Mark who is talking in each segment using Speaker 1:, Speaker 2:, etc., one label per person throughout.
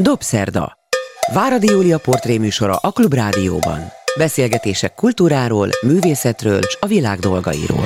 Speaker 1: Dobszerda. Váradi Júlia portréműsora a Klubrádióban. Beszélgetések kultúráról, művészetről és a világ dolgairól.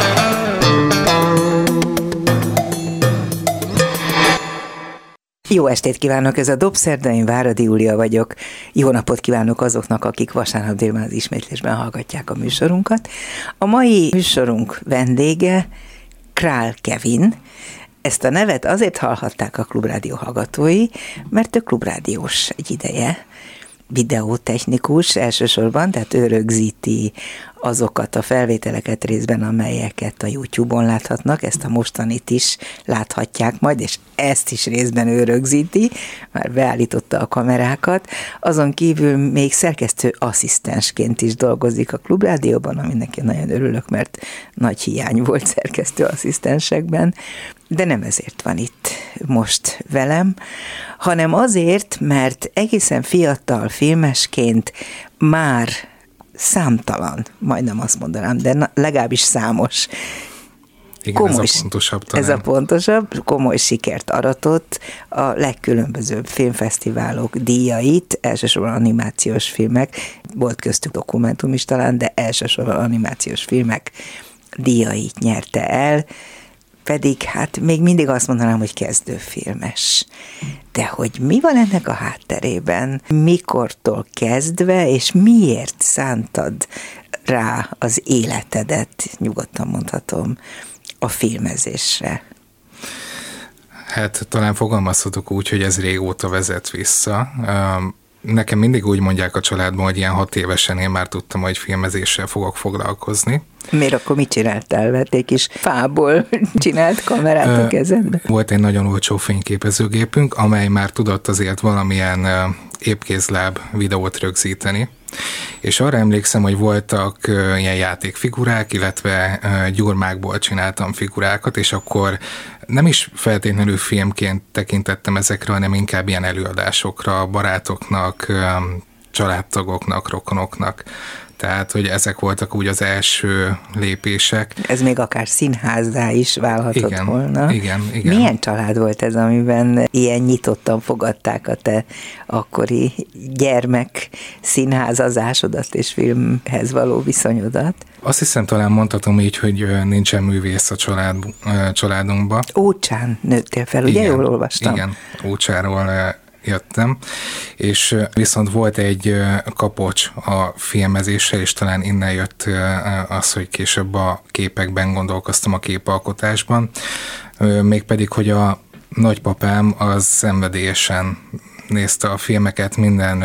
Speaker 2: Jó estét kívánok, ez a Dobszerda, én Váradi Júlia vagyok. Jó napot kívánok azoknak, akik vasárnap délben az ismétlésben hallgatják a műsorunkat. A mai műsorunk vendége Král Kevin. Ezt a nevet azért hallhatták a Klubrádió hallgatói, mert ő klubrádiós egy ideje, videótechnikus elsősorban, tehát ő rögzíti azokat a felvételeket részben, amelyeket a YouTube-on láthatnak, ezt a mostanit is láthatják majd, és ezt is részben ő rögzíti, már beállította a kamerákat. Azon kívül még szerkesztő asszisztensként is dolgozik a Klubrádióban, aminek én nagyon örülök, mert nagy hiány volt szerkesztő asszisztensekben, de nem ezért van itt most velem, hanem azért, mert egészen fiatal filmesként már számtalan, majdnem azt mondanám, de legalábbis számos.
Speaker 3: Igen, komoly, ez a pontosabb talán.
Speaker 2: Ez a pontosabb, komoly sikert aratott, a legkülönbözőbb filmfesztiválok díjait, elsősorban animációs filmek, volt köztük dokumentum is talán, de elsősorban animációs filmek díjait nyerte el, pedig hát még mindig azt mondanám, hogy kezdőfilmes. De hogy mi van ennek a hátterében, mikortól kezdve, és miért szántad rá az életedet, nyugodtan mondhatom, a filmezésre?
Speaker 3: Hát talán fogalmazhatok úgy, hogy ez régóta vezet vissza. Nekem mindig úgy mondják a családban, hogy ilyen 6 évesen én már tudtam, hogy filmezéssel fogok foglalkozni.
Speaker 2: Miért akkor mit csináltál? Vették is fából csinált kamerát a kezedbe?
Speaker 3: Volt egy nagyon olcsó fényképezőgépünk, amely már tudott azért valamilyen épkézláb videót rögzíteni. És arra emlékszem, hogy voltak ilyen játékfigurák, illetve gyurmákból csináltam figurákat, és akkor nem is feltétlenül filmként tekintettem ezekre, hanem inkább ilyen előadásokra, barátoknak, családtagoknak, rokonoknak. Tehát, hogy ezek voltak úgy az első lépések.
Speaker 2: Ez még akár színházzá is válhatott volna.
Speaker 3: Igen.
Speaker 2: Milyen család volt ez, amiben ilyen nyitottan fogadták a te akkori gyermek színházazásodat és filmhez való viszonyodat?
Speaker 3: Azt hiszem, talán mondhatom így, hogy nincsen művész a családunkban.
Speaker 2: Ócsán nőttél fel, ugye? Jól olvastam.
Speaker 3: Igen, Ócsáról jöttem, és viszont volt egy kapocs a filmezéssel, és talán innen jött az, hogy később a képekben gondolkoztam, a képalkotásban, mégpedig, hogy a nagypapám az szenvedélyesen nézte a filmeket, minden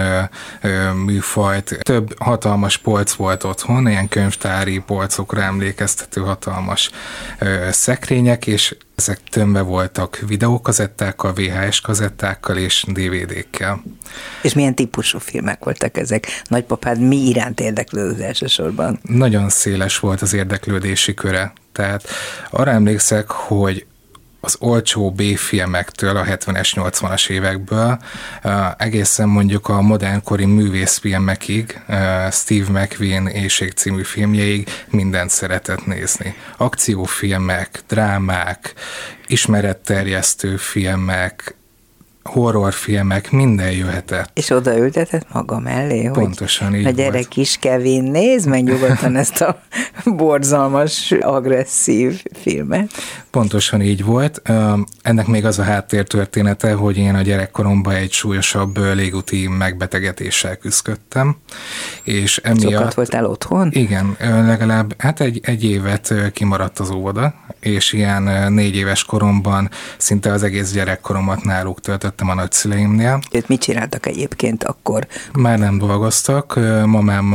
Speaker 3: műfajt. Több hatalmas polc volt otthon, ilyen könyvtári polcokra emlékeztető hatalmas szekrények, és ezek tömve voltak videókazettákkal, VHS kazettákkal és DVD-kkel.
Speaker 2: És milyen típusú filmek voltak ezek? Nagypapád mi iránt érdeklődött elsősorban?
Speaker 3: Nagyon széles volt az érdeklődési köre. Tehát arra emlékszek, hogy az olcsó B-filmektől, a 70-es, 80-as évekből egészen mondjuk a modernkori művészfilmekig, Steve McQueen Éhség című filmjeig mindent szeretett nézni. Akciófilmek, drámák, ismeretterjesztő filmek, horrorfilmek, minden jöhetett.
Speaker 2: És odaültetett maga mellé, hogy
Speaker 3: pontosan így
Speaker 2: a gyerek volt. Is Kevin, nézd meg nyugodtan ezt a borzalmas, agresszív filmet.
Speaker 3: Pontosan így volt. Ennek még az a háttértörténete, hogy én a gyerekkoromban egy súlyosabb légúti megbetegedéssel küzdöttem. És emiatt...
Speaker 2: Sokat voltál otthon?
Speaker 3: Igen, legalább egy évet kimaradt az óvoda, és ilyen 4 éves koromban szinte az egész gyerekkoromat náluk töltöttem a nagyszüleimnél.
Speaker 2: Őt mit csináltak egyébként akkor?
Speaker 3: Már nem dolgoztak. Mamám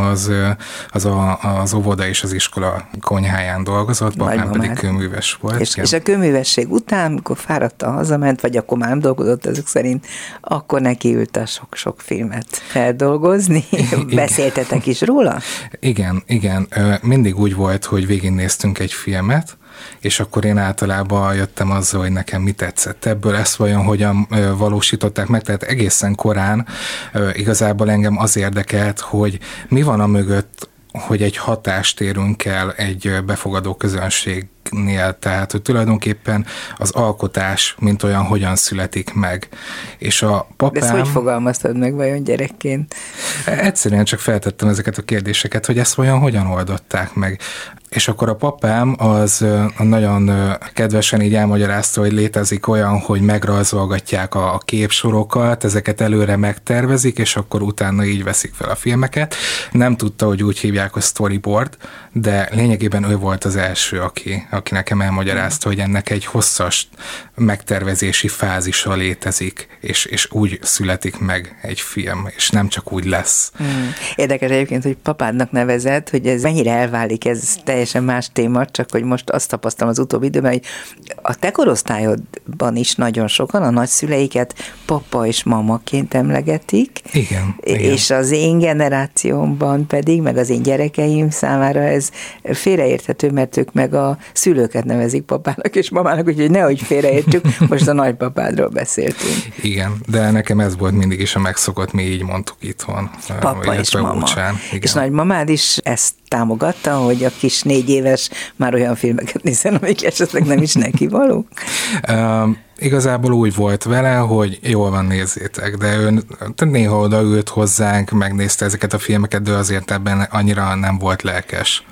Speaker 3: az óvoda és az iskola konyháján dolgozott, papám pedig kőműves volt.
Speaker 2: És a kőművesség után, amikor fáradtan hazament, vagy akkor már nem dolgozott ezek szerint, akkor nekiült a sok-sok filmet feldolgozni. Beszéltetek is róla?
Speaker 3: Igen. Mindig úgy volt, hogy végignéztünk egy filmet, és akkor én általában jöttem azzal, hogy nekem mi tetszett ebből, ezt vajon hogyan valósították meg, tehát egészen korán igazából engem az érdekelt, hogy mi van a mögött, hogy egy hatást érünk el egy befogadó közönség gyereknél, tehát hogy tulajdonképpen az alkotás, mint olyan, hogyan születik meg. És a papám...
Speaker 2: De ezt hogy fogalmaztad meg vajon gyerekként?
Speaker 3: Egyszerűen csak feltettem ezeket a kérdéseket, hogy ezt vajon hogyan oldották meg. És akkor a papám az nagyon kedvesen így elmagyarázta, hogy létezik olyan, hogy megrajzolgatják a képsorokat, ezeket előre megtervezik, és akkor utána így veszik fel a filmeket. Nem tudta, hogy úgy hívják, hogy storyboard, de lényegében ő volt az első, aki nekem elmagyarázta, hogy ennek egy hosszas megtervezési fázisa létezik, és úgy születik meg egy film, és nem csak úgy lesz.
Speaker 2: Érdekes egyébként, hogy papádnak nevezett, hogy ez mennyire elválik, ez teljesen más téma, csak hogy most azt tapasztalom az utóbbi időben, hogy a te korosztályodban is nagyon sokan a nagyszüleiket papa és mamaként emlegetik.
Speaker 3: Igen.
Speaker 2: És az én generációmban pedig, meg az én gyerekeim számára ez félreérthető, mert ők meg a szülőket nevezik papának és mamának, úgyhogy nehogy félreértsük, most a nagypapádról beszéltünk.
Speaker 3: Igen, de nekem ez volt mindig is a megszokott, mi így mondtuk itthon.
Speaker 2: Papa és mama.
Speaker 3: Úcsán.
Speaker 2: És nagymamád is ezt támogatta, hogy a kis 4 éves már olyan filmeket nézzen, amik esetleg nem is neki való?
Speaker 3: Igazából úgy volt vele, hogy jól van, nézzétek, de ő néha odaült hozzánk, megnézte ezeket a filmeket, de azért ebben annyira nem volt lelkes.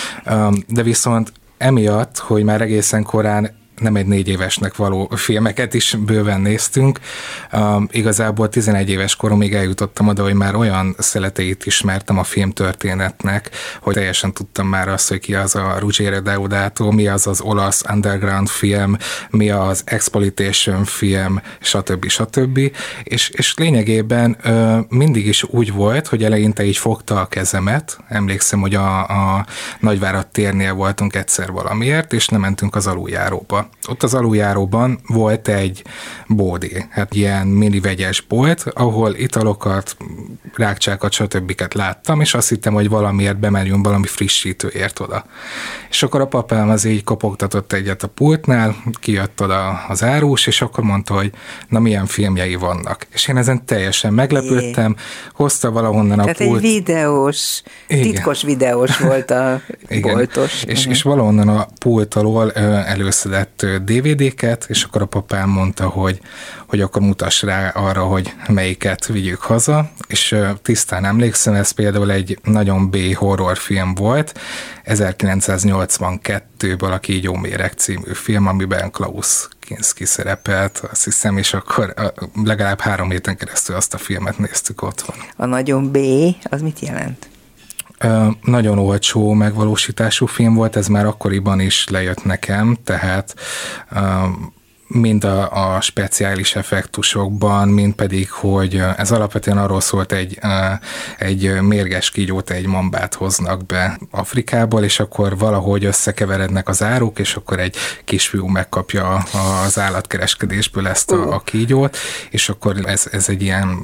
Speaker 3: De viszont emiatt, hogy már egészen korán nem egy 4 évesnek való filmeket is bőven néztünk. Igazából 11 éves koromig eljutottam oda, hogy már olyan szeleteit ismertem a filmtörténetnek, hogy teljesen tudtam már azt, hogy ki az a Ruggero Deodato, mi az az olasz underground film, mi az exploitation film, stb. És lényegében mindig is úgy volt, hogy eleinte így fogta a kezemet. Emlékszem, hogy a Nagyvárad térnél voltunk egyszer valamiért, és nem mentünk az aluljáróba. Ott az aluljáróban volt egy bódé, hát ilyen mini vegyes bolt, ahol italokat, rákcsákat, stb. Láttam, és azt hittem, hogy valamiért bemerjünk valami frissítőért oda. És akkor a papám az így kopogtatott egyet a pultnál, kijött oda az árus, és akkor mondta, hogy na milyen filmjei vannak. És én ezen teljesen meglepődtem, hozta valahonnan a
Speaker 2: Tehát
Speaker 3: pult.
Speaker 2: egy videós, titkos videós volt a boltos.
Speaker 3: És valahonnan a pult alól előszedett DVD-ket, és akkor a papám mondta, hogy akkor mutass rá arra, hogy melyiket vigyük haza, és tisztán emlékszem, ez például egy nagyon B horrorfilm volt, 1982-ből a Kígyó Méreg című film, amiben Klaus Kinski szerepelt, azt hiszem, és akkor legalább 3 héten keresztül azt a filmet néztük otthon.
Speaker 2: A nagyon B, az mit jelent?
Speaker 3: Nagyon olcsó megvalósítású film volt, ez már akkoriban is lejött nekem, tehát mind a speciális effektusokban, mind pedig, hogy ez alapvetően arról szólt, egy mérges kígyót, egy mambát hoznak be Afrikából, és akkor valahogy összekeverednek az áruk, és akkor egy kisfiú megkapja az állatkereskedésből ezt a kígyót, és akkor ez egy ilyen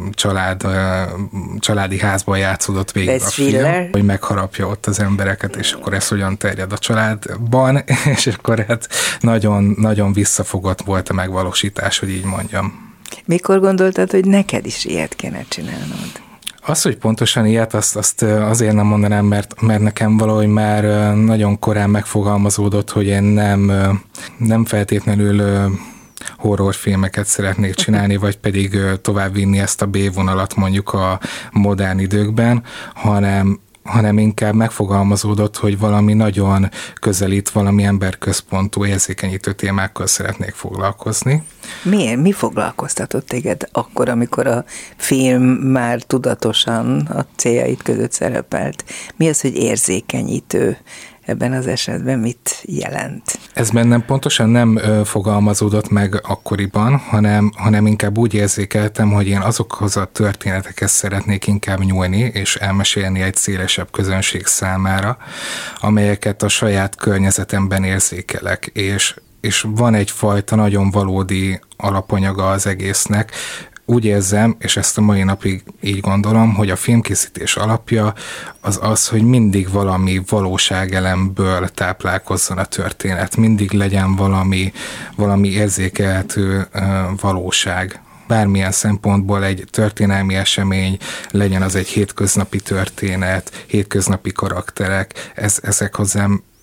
Speaker 3: családi házban játszódott végig a film, hogy megharapja ott az embereket, és akkor ez hogyan terjed a családban, és akkor hát nagyon, nagyon visszafogott volt a megvalósítás, hogy így mondjam.
Speaker 2: Mikor gondoltad, hogy neked is ilyet kéne csinálnod?
Speaker 3: Az, hogy pontosan ilyet, azt azért nem mondanám, mert nekem valahogy már nagyon korán megfogalmazódott, hogy én nem feltétlenül horrorfilmeket szeretnék csinálni, vagy pedig továbbvinni ezt a B-vonalat mondjuk a modern időkben, hanem inkább megfogalmazódott, hogy valami nagyon közelít, valami emberközpontú, érzékenyítő témákkal szeretnék foglalkozni.
Speaker 2: Miért? Mi foglalkoztatott téged akkor, amikor a film már tudatosan a céljait között szerepelt? Mi az, hogy érzékenyítő? Ebben az esetben mit jelent? Ez
Speaker 3: bennem pontosan nem fogalmazódott meg akkoriban, hanem inkább úgy érzékeltem, hogy én azokhoz a történetekhez szeretnék inkább nyúlni, és elmesélni egy szélesebb közönség számára, amelyeket a saját környezetemben érzékelek, és van egyfajta nagyon valódi alapanyaga az egésznek. Úgy érzem, és ezt a mai napig így gondolom, hogy a filmkészítés alapja az, hogy mindig valami valóságelemből táplálkozzon a történet, mindig legyen valami érzékelhető valóság. Bármilyen szempontból egy történelmi esemény, legyen az egy hétköznapi történet, hétköznapi karakterek, ezek hozzám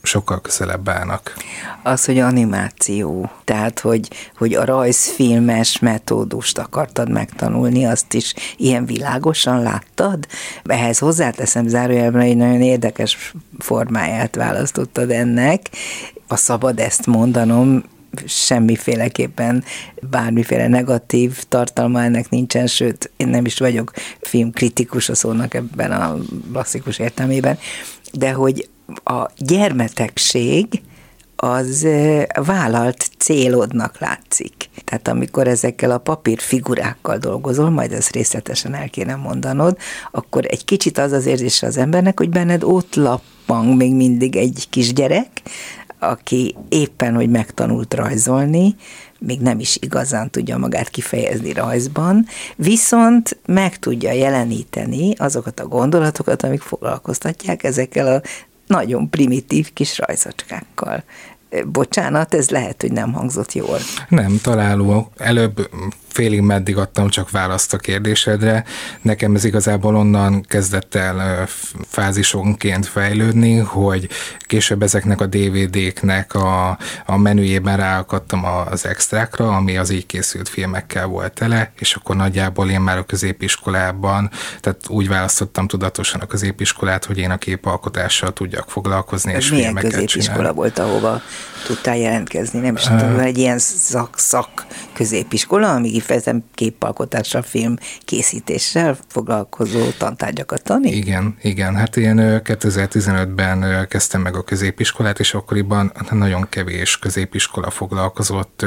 Speaker 3: sokkal közelebb állnak.
Speaker 2: Az, hogy animáció, tehát hogy a rajzfilmes metódust akartad megtanulni, azt is ilyen világosan láttad? Ehhez hozzáteszem zárójelben, egy nagyon érdekes formáját választottad ennek. A szabad ezt mondanom, semmiféleképpen bármiféle negatív tartalma ennek nincsen, sőt, én nem is vagyok filmkritikus a szónak ebben a klasszikus értelmében, de hogy a gyermetegség az vállalt célodnak látszik. Tehát amikor ezekkel a papírfigurákkal dolgozol, majd ezt részletesen el kéne mondanod, akkor egy kicsit az érzése az embernek, hogy benned ott lappang még mindig egy kisgyerek, aki éppen, hogy megtanult rajzolni, még nem is igazán tudja magát kifejezni rajzban, viszont meg tudja jeleníteni azokat a gondolatokat, amik foglalkoztatják ezekkel a nagyon primitív kis rajzocskákkal. Bocsánat, ez lehet, hogy nem hangzott jól.
Speaker 3: Nem, találó. Előbb félig meddig adtam csak választ a kérdésedre. Nekem ez igazából onnan kezdett el fázisonként fejlődni, hogy később ezeknek a DVD-knek a menüjében ráakadtam az extrákra, ami az így készült filmekkel volt tele, és akkor nagyjából én már a középiskolában, tehát úgy választottam tudatosan a középiskolát, hogy én a képalkotással tudjak foglalkozni, és
Speaker 2: milyen
Speaker 3: filmeket
Speaker 2: középiskola
Speaker 3: csinálni.
Speaker 2: volt, ahova tudtál jelentkezni? Nem is tudom, egy ilyen szak középiskola, ami kifejezetten képalkotással, filmkészítéssel foglalkozó tantárgyakat tanít?
Speaker 3: Igen. Hát én 2015-ben kezdtem meg a középiskolát, és akkoriban nagyon kevés középiskola foglalkozott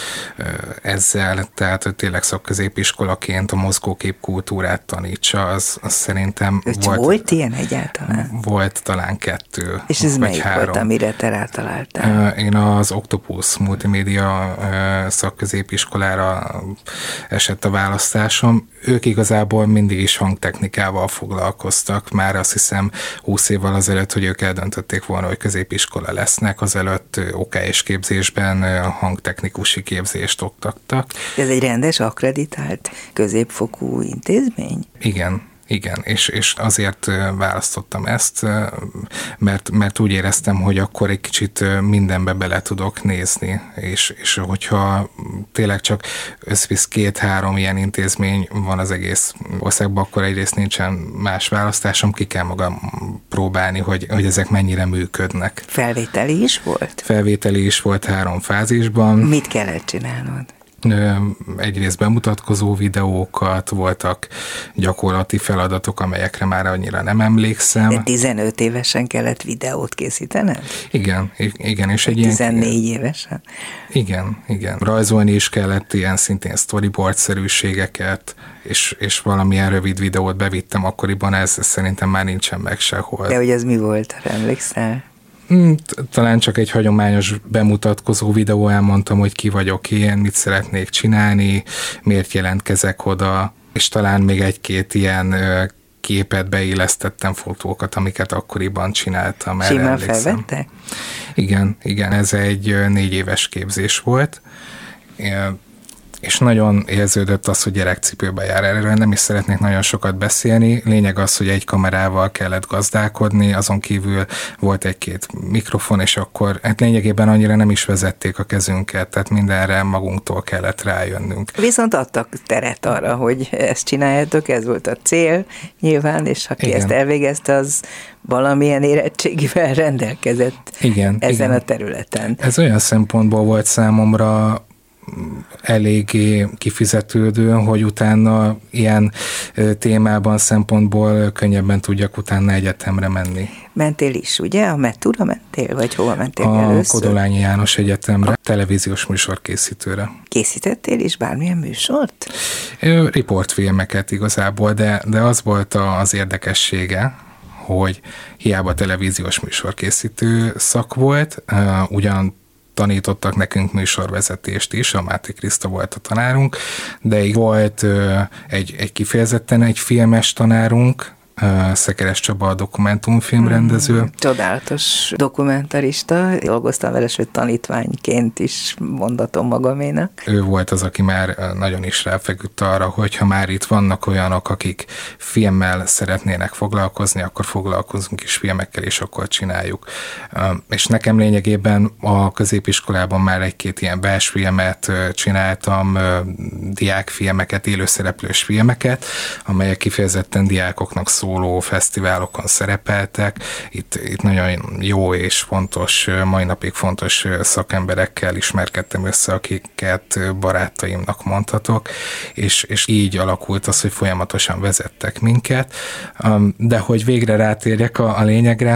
Speaker 3: ezzel, tehát tényleg szakközépiskolaként a mozgókép kultúrát tanítsa, az szerintem
Speaker 2: volt ilyen egyáltalán?
Speaker 3: Volt talán 2.
Speaker 2: És ez melyik
Speaker 3: 3.
Speaker 2: volt, amire te rátaláltál?
Speaker 3: Én az Octopus multimédia szakközépiskolára esett a választásom. Ők igazából mindig is hangtechnikával foglalkoztak, már azt hiszem 20 évvel azelőtt, hogy ők eldöntötték volna, hogy középiskola lesznek, azelőtt OKS képzésben hangtechnikusi képzést oktattak.
Speaker 2: Ez egy rendes, akkreditált középfokú intézmény?
Speaker 3: Igen, és azért választottam ezt, mert úgy éreztem, hogy akkor egy kicsit mindenbe bele tudok nézni, és hogyha tényleg csak összvisz 2-3 ilyen intézmény van az egész országban, akkor egyrészt nincsen más választásom, ki kell magam próbálni, hogy ezek mennyire működnek.
Speaker 2: Felvételi is volt?
Speaker 3: Felvételi is volt 3 fázisban.
Speaker 2: Mit kellett csinálnod?
Speaker 3: Egyrészt bemutatkozó videókat, voltak gyakorlati feladatok, amelyekre már annyira nem emlékszem.
Speaker 2: De 15 évesen kellett videót készítened?
Speaker 3: Igen, és egy
Speaker 2: 14 évesen?
Speaker 3: Igen. Rajzolni is kellett ilyen szintén storyboard-szerűségeket, és valamilyen rövid videót bevittem akkoriban, ez szerintem már nincsen meg sehol.
Speaker 2: De hogy ez mi volt, emlékszel?
Speaker 3: Talán csak egy hagyományos bemutatkozó videó, elmondtam, hogy ki vagyok én, mit szeretnék csinálni, miért jelentkezek oda, és talán még 1-2 ilyen képet beillesztettem, fotókat, amiket akkoriban csináltam.
Speaker 2: Simán felvettek?
Speaker 3: Igen, ez egy 4 éves képzés volt, és nagyon érződött az, hogy gyerekcipőbe jár. Erről nem is szeretnék nagyon sokat beszélni. Lényeg az, hogy egy kamerával kellett gazdálkodni, azon kívül volt 1-2 mikrofon, és akkor hát lényegében annyira nem is vezették a kezünket, tehát mindenre magunktól kellett rájönnünk.
Speaker 2: Viszont adtak teret arra, hogy ezt csináljátok, ez volt a cél nyilván, és ha ki ezt elvégezte, az valamilyen érettségivel rendelkezett ezen a területen.
Speaker 3: Ez olyan szempontból volt számomra eléggé kifizetődő, hogy utána ilyen témában, szempontból könnyebben tudjak utána egyetemre menni.
Speaker 2: Mentél is, ugye? A METU-ra mentél, vagy hova mentél először?
Speaker 3: A Kodolányi János Egyetemre, televíziós műsorkészítőre.
Speaker 2: Készítettél is bármilyen műsort?
Speaker 3: Riportfilmeket igazából, de az volt az érdekessége, hogy hiába televíziós műsorkészítő szak volt, ugyan tanítottak nekünk műsorvezetést is, a Máté Kriszta volt a tanárunk, de így volt egy kifejezetten egy filmes tanárunk, Szekeres Csaba a dokumentumfilmrendező.
Speaker 2: Csodálatos dokumentarista, dolgoztam vele, sőt tanítványként is mondatom magaménak.
Speaker 3: Ő volt az, aki már nagyon is ráfeküdt arra, hogy ha már itt vannak olyanok, akik filmmel szeretnének foglalkozni, akkor foglalkozunk is filmekkel, és akkor csináljuk. És nekem lényegében a középiskolában már egy-két ilyen versfilmet csináltam, diákfilmeket, élőszereplős filmeket, amelyek kifejezetten diákoknak szóló fesztiválokon szerepeltek. Itt nagyon jó és fontos, mai napig fontos szakemberekkel ismerkedtem össze, akiket barátaimnak mondhatok, és így alakult az, hogy folyamatosan vezettek minket. De hogy végre rátérjek a lényegre,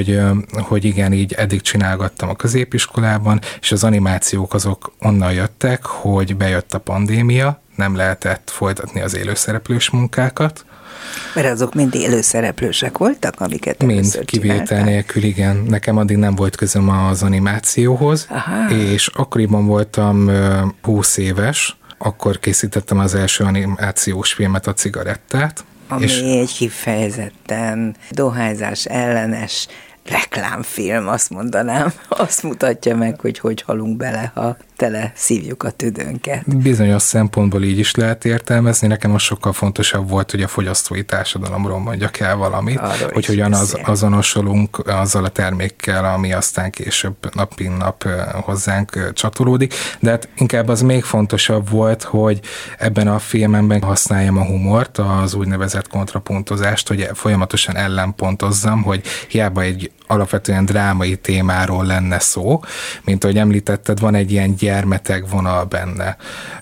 Speaker 3: hogy igen, így eddig csinálgattam a középiskolában, és az animációk azok onnan jöttek, hogy bejött a pandémia, nem lehetett folytatni az élőszereplős munkákat.
Speaker 2: Mert azok mind élőszereplősek voltak, amiket
Speaker 3: mind kivétel nélkül, igen. Nekem addig nem volt közöm az animációhoz, aha, és akkoriban voltam 20 éves, akkor készítettem az első animációs filmet, a Cigarettát.
Speaker 2: Ami egy kifejezetten dohányzás ellenes reklámfilm, azt mondanám. Azt mutatja meg, hogy halunk bele, ha tele szívjuk a tüdőnket.
Speaker 3: Bizonyos szempontból így is lehet értelmezni. Nekem az sokkal fontosabb volt, hogy a fogyasztói társadalomról mondjak el valamit, arról hogy hogyan azonosulunk azzal a termékkel, ami aztán később nap mint nap hozzánk csatolódik. De hát inkább az még fontosabb volt, hogy ebben a filmemben használjam a humort, az úgynevezett kontrapontozást, hogy folyamatosan ellenpontozzam, hogy hiába egy alapvetően drámai témáról lenne szó, mint ahogy említetted, van egy ilyen gyermeteg vonal benne,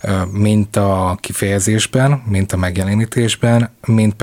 Speaker 3: mint a kifejezésben, mint a megjelenítésben, mint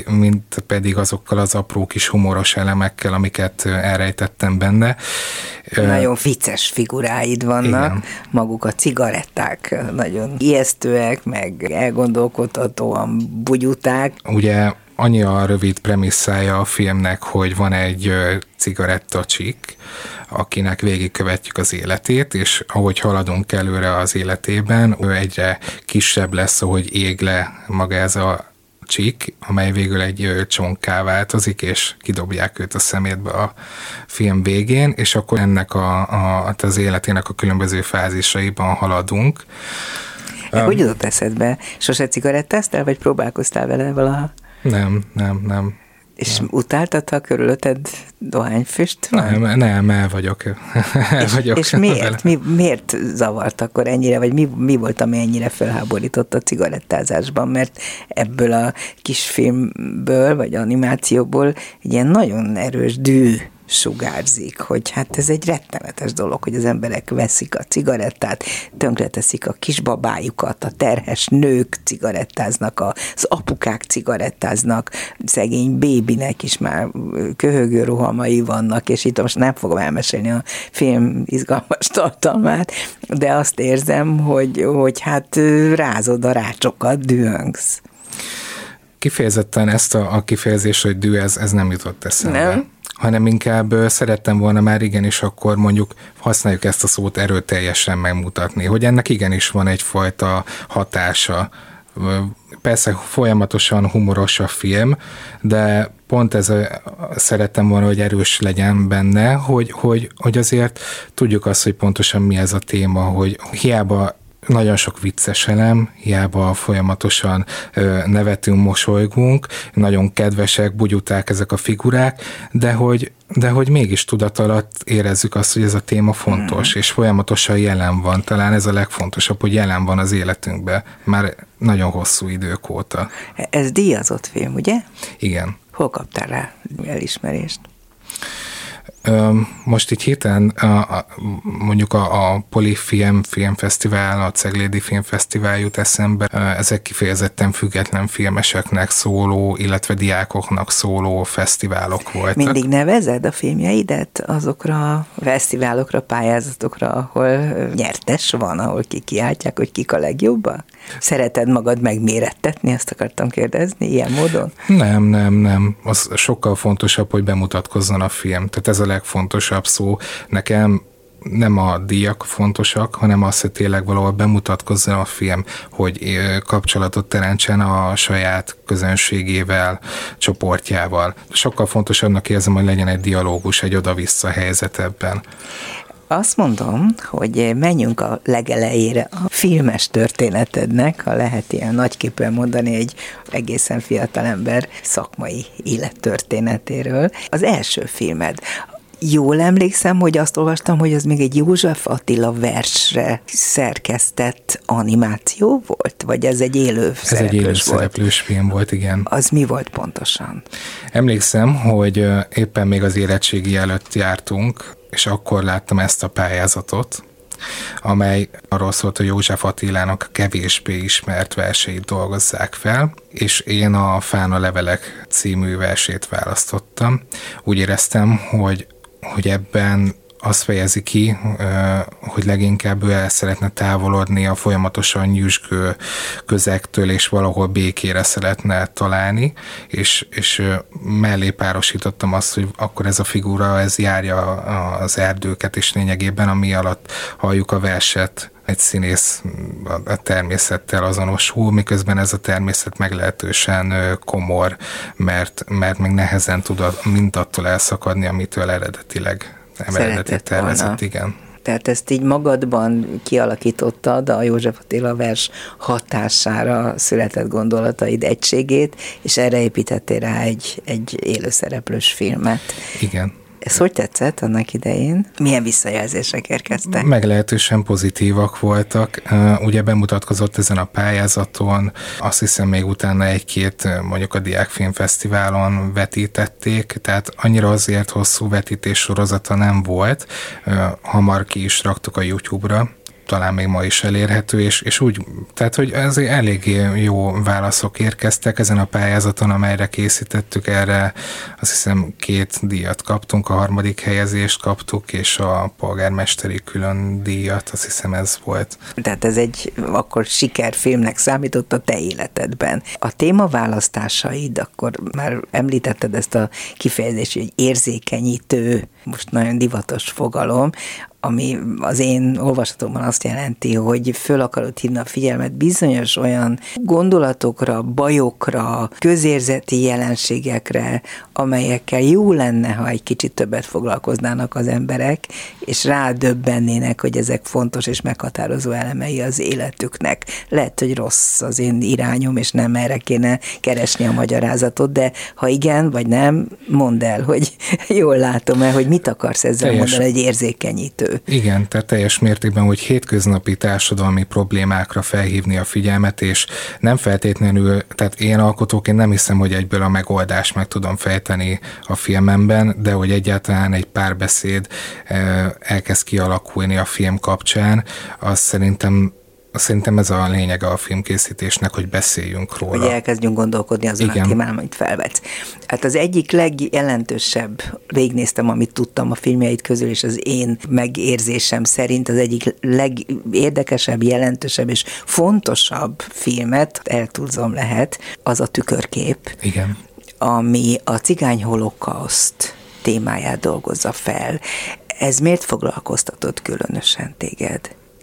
Speaker 3: pedig azokkal az apró kis humoros elemekkel, amiket elrejtettem benne.
Speaker 2: Nagyon vicces figuráid vannak, igen. Maguk a cigaretták nagyon ijesztőek, meg elgondolkodhatóan bugyuták.
Speaker 3: Ugye annyi a rövid premisszája a filmnek, hogy van egy cigarettacsik, akinek végigkövetjük az életét, és ahogy haladunk előre az életében, ő egyre kisebb lesz, ahogy ég le maga ez a csík, amely végül egy csonká változik, és kidobják őt a szemétbe a film végén, és akkor ennek az életének a különböző fázisaiban haladunk.
Speaker 2: Hogy jutott eszedbe? Sose cigarettáztál, vagy próbálkoztál vele valaha?
Speaker 3: Nem.
Speaker 2: És utáltad, ha körülötted dohányfüst?
Speaker 3: Nem, el vagyok.
Speaker 2: És miért zavart akkor ennyire, vagy mi volt, ami ennyire felháborított a cigarettázásban? Mert ebből a kisfilmből, vagy animációból egy ilyen nagyon erős dű sugárzik, hogy hát ez egy rettenetes dolog, hogy az emberek veszik a cigarettát, tönkreteszik a kisbabájukat, a terhes nők cigarettáznak, az apukák cigarettáznak, szegény bébinek is már köhögő rohamai vannak, és itt most nem fogom elmesélni a film izgalmas tartalmát, de azt érzem, hogy hát rázod a rácsokat, dühöngsz.
Speaker 3: Kifejezetten ezt a kifejezést, hogy dű, ez nem jutott eszembe.
Speaker 2: Nem?
Speaker 3: Hanem inkább szerettem volna már igenis akkor mondjuk használjuk ezt a szót erőteljesen megmutatni, hogy ennek igenis van egyfajta hatása. Persze folyamatosan humoros a film, de pont ez szerettem volna, hogy erős legyen benne, hogy azért tudjuk azt, hogy pontosan mi ez a téma, hogy hiába nagyon sok vicces elem, hiába folyamatosan nevetünk, mosolygunk, nagyon kedvesek, bugyuták ezek a figurák, de hogy mégis tudat alatt érezzük azt, hogy ez a téma fontos, és folyamatosan jelen van. Talán ez a legfontosabb, hogy jelen van az életünkben, már nagyon hosszú idők óta.
Speaker 2: Ez díjazott film, ugye?
Speaker 3: Igen.
Speaker 2: Hol kaptál rá elismerést?
Speaker 3: Most így héten mondjuk a Polifilm Filmfesztivál, a Ceglédi Filmfesztivál jut eszembe. Ezek kifejezetten független filmeseknek szóló, illetve diákoknak szóló fesztiválok voltak.
Speaker 2: Mindig nevezed a filmjeidet azokra a fesztiválokra, pályázatokra, ahol nyertes van, ahol kikiáltják, hogy kik a legjobbak? Szereted magad megmérettetni, ezt akartam kérdezni, ilyen módon?
Speaker 3: Nem. Az sokkal fontosabb, hogy bemutatkozzon a film. Tehát ez a legfontosabb szó. Nekem nem a díjak fontosak, hanem az, hogy tényleg valahol bemutatkozzon a film, hogy kapcsolatot teremtsen a saját közönségével, csoportjával. Sokkal fontosabbnak érzem, hogy legyen egy dialógus, egy oda-vissza helyzet ebben.
Speaker 2: Azt mondom, hogy menjünk a legelejére a filmes történetednek, ha lehet ilyen nagyképűen mondani egy egészen fiatal ember szakmai élettörténetéről. Az első filmed. Jól emlékszem, hogy azt olvastam, hogy az még egy József Attila versre szerkesztett animáció volt? Vagy ez egy élő szereplős volt? Ez egy élő
Speaker 3: szereplős film volt, igen.
Speaker 2: Az mi volt pontosan?
Speaker 3: Emlékszem, hogy éppen még az érettségi előtt jártunk, és akkor láttam ezt a pályázatot, amely arról szólt, hogy József Attilának kevésbé ismert verseit dolgozzák fel, és én a Fán a levelek című versét választottam. Úgy éreztem, hogy ebben azt fejezi ki, hogy leginkább ő el szeretne távolodni a folyamatosan nyüzsgő közektől, és valahol békére szeretne találni, és mellé párosítottam azt, hogy akkor ez a figura, ez járja az erdőket, és lényegében ami alatt halljuk a verset, egy színész a természettel azonosul, miközben ez a természet meglehetősen komor, mert még nehezen tud mindattól elszakadni, amitől eredetileg tervezett, igen.
Speaker 2: Tehát ezt így magadban kialakítottad a József Attila vers hatására született gondolataid egységét, és erre építettél rá egy élőszereplős filmet.
Speaker 3: Igen.
Speaker 2: Ez hogy tetszett annak idején? Milyen visszajelzések érkeztek?
Speaker 3: Meglehetősen pozitívak voltak. Ugye bemutatkozott ezen a pályázaton, azt hiszem még utána egy-két mondjuk a Diákfilmfesztiválon vetítették, tehát annyira azért hosszú vetítés sorozata nem volt. Hamar ki is raktuk a YouTube-ra, talán még ma is elérhető, és úgy, tehát hogy azért eléggé jó válaszok érkeztek ezen a pályázaton, amelyre készítettük, erre azt hiszem 2 díjat kaptunk, a 3. helyezést kaptuk, és a polgármesteri külön díjat, azt hiszem ez volt.
Speaker 2: Tehát ez egy akkor sikerfilmnek számított a te életedben. A témaválasztásaid, akkor már említetted ezt a kifejezést, hogy érzékenyítő, most nagyon divatos fogalom, ami az én olvasatomban azt jelenti, hogy föl akarod hívni a figyelmet bizonyos olyan gondolatokra, bajokra, közérzeti jelenségekre, amelyekkel jó lenne, ha egy kicsit többet foglalkoznának az emberek, és rádöbbennének, hogy ezek fontos és meghatározó elemei az életüknek. Lehet, hogy rossz az én irányom, és nem erre kéne keresni a magyarázatot, de ha igen, vagy nem, mondd el, hogy jól látom-e, hogy mit akarsz ezzel mondani, egy érzékenyítő.
Speaker 3: Igen, tehát teljes mértékben, hogy hétköznapi társadalmi problémákra felhívni a figyelmet, és nem feltétlenül, tehát én alkotóként nem hiszem, hogy egyből a megoldást meg tudom fejteni a filmemben, de hogy egyáltalán egy párbeszéd elkezd kialakulni a film kapcsán, az Szerintem ez a lényege a filmkészítésnek, hogy beszéljünk róla.
Speaker 2: Hogy elkezdjünk gondolkodni azon a témán, amit felvetsz. Hát az egyik legjelentősebb, végignéztem, amit tudtam a filmjeid közül, és az én megérzésem szerint az egyik legérdekesebb, jelentősebb és fontosabb filmet, eltúlzom lehet, az a Tükörkép.
Speaker 3: Igen.
Speaker 2: Ami a cigány holokauszt témáját dolgozza fel. Ez miért foglalkoztatott különösen téged?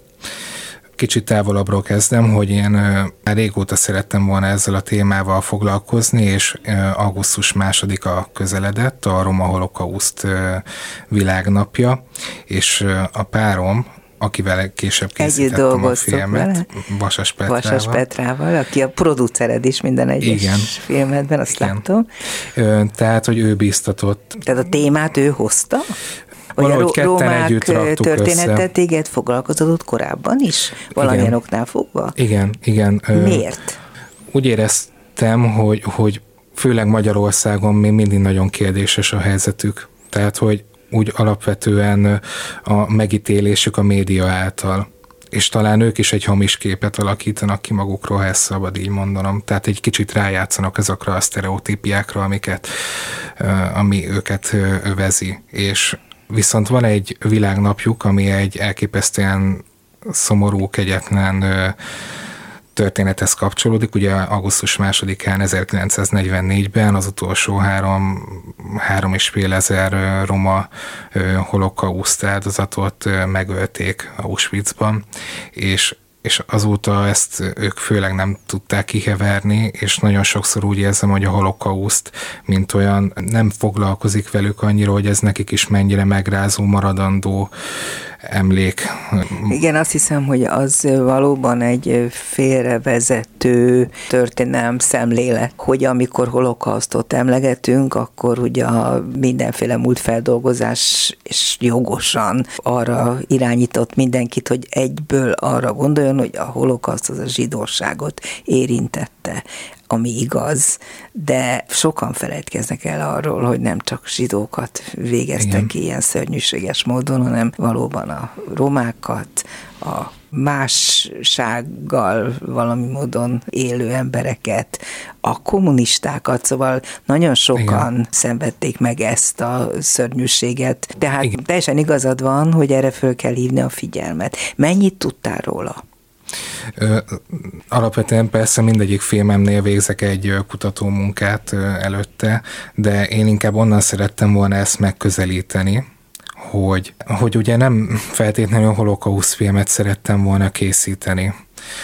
Speaker 3: Kicsit távolabbról kezdem, hogy én már régóta szerettem volna ezzel a témával foglalkozni, és augusztus 2-a közeledett, a Roma Holokauszt világnapja, és a párom, akivel később készítettem a filmet, Vasas
Speaker 2: Petrával, aki a producered is minden egyes filmedben, azt látom.
Speaker 3: Tehát, hogy ő bíztatott.
Speaker 2: Tehát a témát ő hozta?
Speaker 3: Valahogy ketten együtt raktuk
Speaker 2: története téged foglalkozott korábban is? Valamilyen oknál fogva?
Speaker 3: Igen.
Speaker 2: Miért?
Speaker 3: Úgy éreztem, hogy főleg Magyarországon még mindig nagyon kérdéses a helyzetük. Tehát, hogy úgy alapvetően a megítélésük a média által. És talán ők is egy hamis képet alakítanak ki magukról, ha ezt szabad így mondanom. Tehát egy kicsit rájátszanak azokra a sztereotípiákra, ami őket övezi. És viszont van egy világnapjuk, ami egy elképesztően szomorú, kegyetlen történethez kapcsolódik. Ugye augusztus 2-án 1944-ben az utolsó 3,5 ezer roma holokauszt áldozatot megölték Auschwitzban, és azóta ezt ők főleg nem tudták kiheverni, és nagyon sokszor úgy érzem, hogy a holokauszt, mint olyan, nem foglalkozik velük annyira, hogy ez nekik is mennyire megrázó, maradandó emlék.
Speaker 2: Igen, azt hiszem, hogy az valóban egy félrevezető történelem szemlélet, hogy amikor holokausztot emlegetünk, akkor ugye a mindenféle múltfeldolgozás és jogosan arra irányított mindenkit, hogy egyből arra gondoljon, hogy a holokauszt az a zsidóságot érintette, ami igaz, de sokan felejtkeznek el arról, hogy nem csak zsidókat végeztek ki ilyen szörnyűséges módon, hanem valóban a romákat, a mássággal valami módon élő embereket, a kommunistákat, szóval nagyon sokan szenvedték meg ezt a szörnyűséget. Tehát teljesen igazad van, hogy erre föl kell hívni a figyelmet. Mennyit tudtál róla?
Speaker 3: Alapvetően persze mindegyik filmemnél végzek egy kutatómunkát előtte, de én inkább onnan szerettem volna ezt megközelíteni, hogy ugye nem feltétlenül holokauszt filmet szerettem volna készíteni,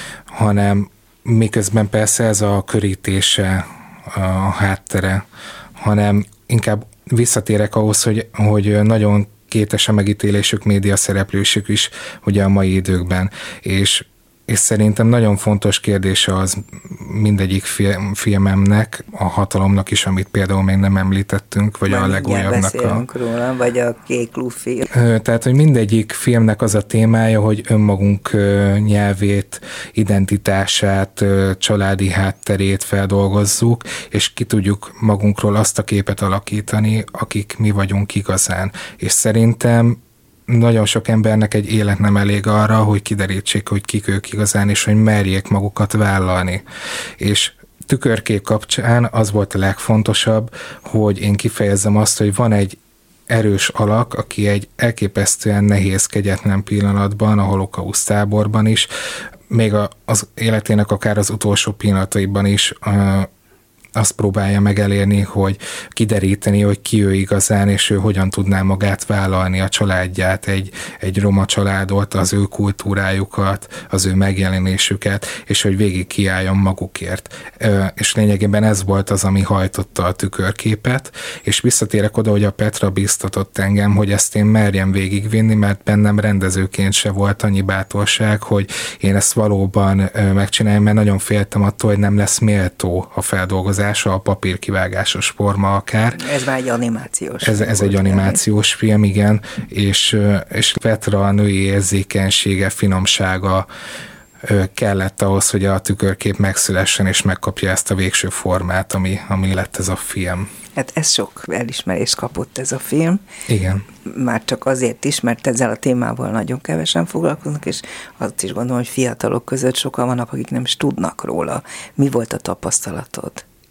Speaker 3: hanem miközben persze ez a körítése, a háttere, hanem inkább visszatérek ahhoz, hogy nagyon kétes a megítélésük, média szereplősük is ugye a mai időkben, és szerintem nagyon fontos kérdése az mindegyik filmemnek, a hatalomnak is, amit például még nem említettünk, vagy a legújabbnak.
Speaker 2: Beszélünk róla, vagy a Kék Luffy.
Speaker 3: Tehát, hogy mindegyik filmnek az a témája, hogy önmagunk nyelvét, identitását, családi hátterét feldolgozzuk, és ki tudjuk magunkról azt a képet alakítani, akik mi vagyunk igazán. És szerintem nagyon sok embernek egy élet nem elég arra, hogy kiderítsék, hogy kik ők igazán, és hogy merjék magukat vállalni. És Tükörkép kapcsán az volt a legfontosabb, hogy én kifejezzem azt, hogy van egy erős alak, aki egy elképesztően nehéz, kegyetlen pillanatban, a holokauszt táborban is, még az életének akár az utolsó pillanataiban is azt próbálja meg elérni, hogy kideríteni, hogy ki ő igazán, és ő hogyan tudná magát vállalni, a családját, egy roma családot, az ő kultúrájukat, az ő megjelenésüket, és hogy végig kiálljon magukért. És lényegében ez volt az, ami hajtotta a Tükörképet, és visszatérek oda, hogy a Petra biztatott engem, hogy ezt én merjem végigvinni, mert bennem rendezőként se volt annyi bátorság, hogy én ezt valóban megcsináljam, mert nagyon féltem attól, hogy nem lesz méltó a feldolgozás, a papírkivágásos forma akár.
Speaker 2: Ez már egy animációs
Speaker 3: Ez egy animációs film, igen, és Petra a női érzékenysége, finomsága kellett ahhoz, hogy a Tükörkép megszülessen, és megkapja ezt a végső formát, ami lett ez a film.
Speaker 2: Hát ez sok elismerést kapott ez a film.
Speaker 3: Igen.
Speaker 2: Már csak azért is, mert ezzel a témával nagyon kevesen foglalkoznak, és azt is gondolom, hogy fiatalok között sokan vannak, akik nem is tudnak róla. Mi volt a tapasztalatod?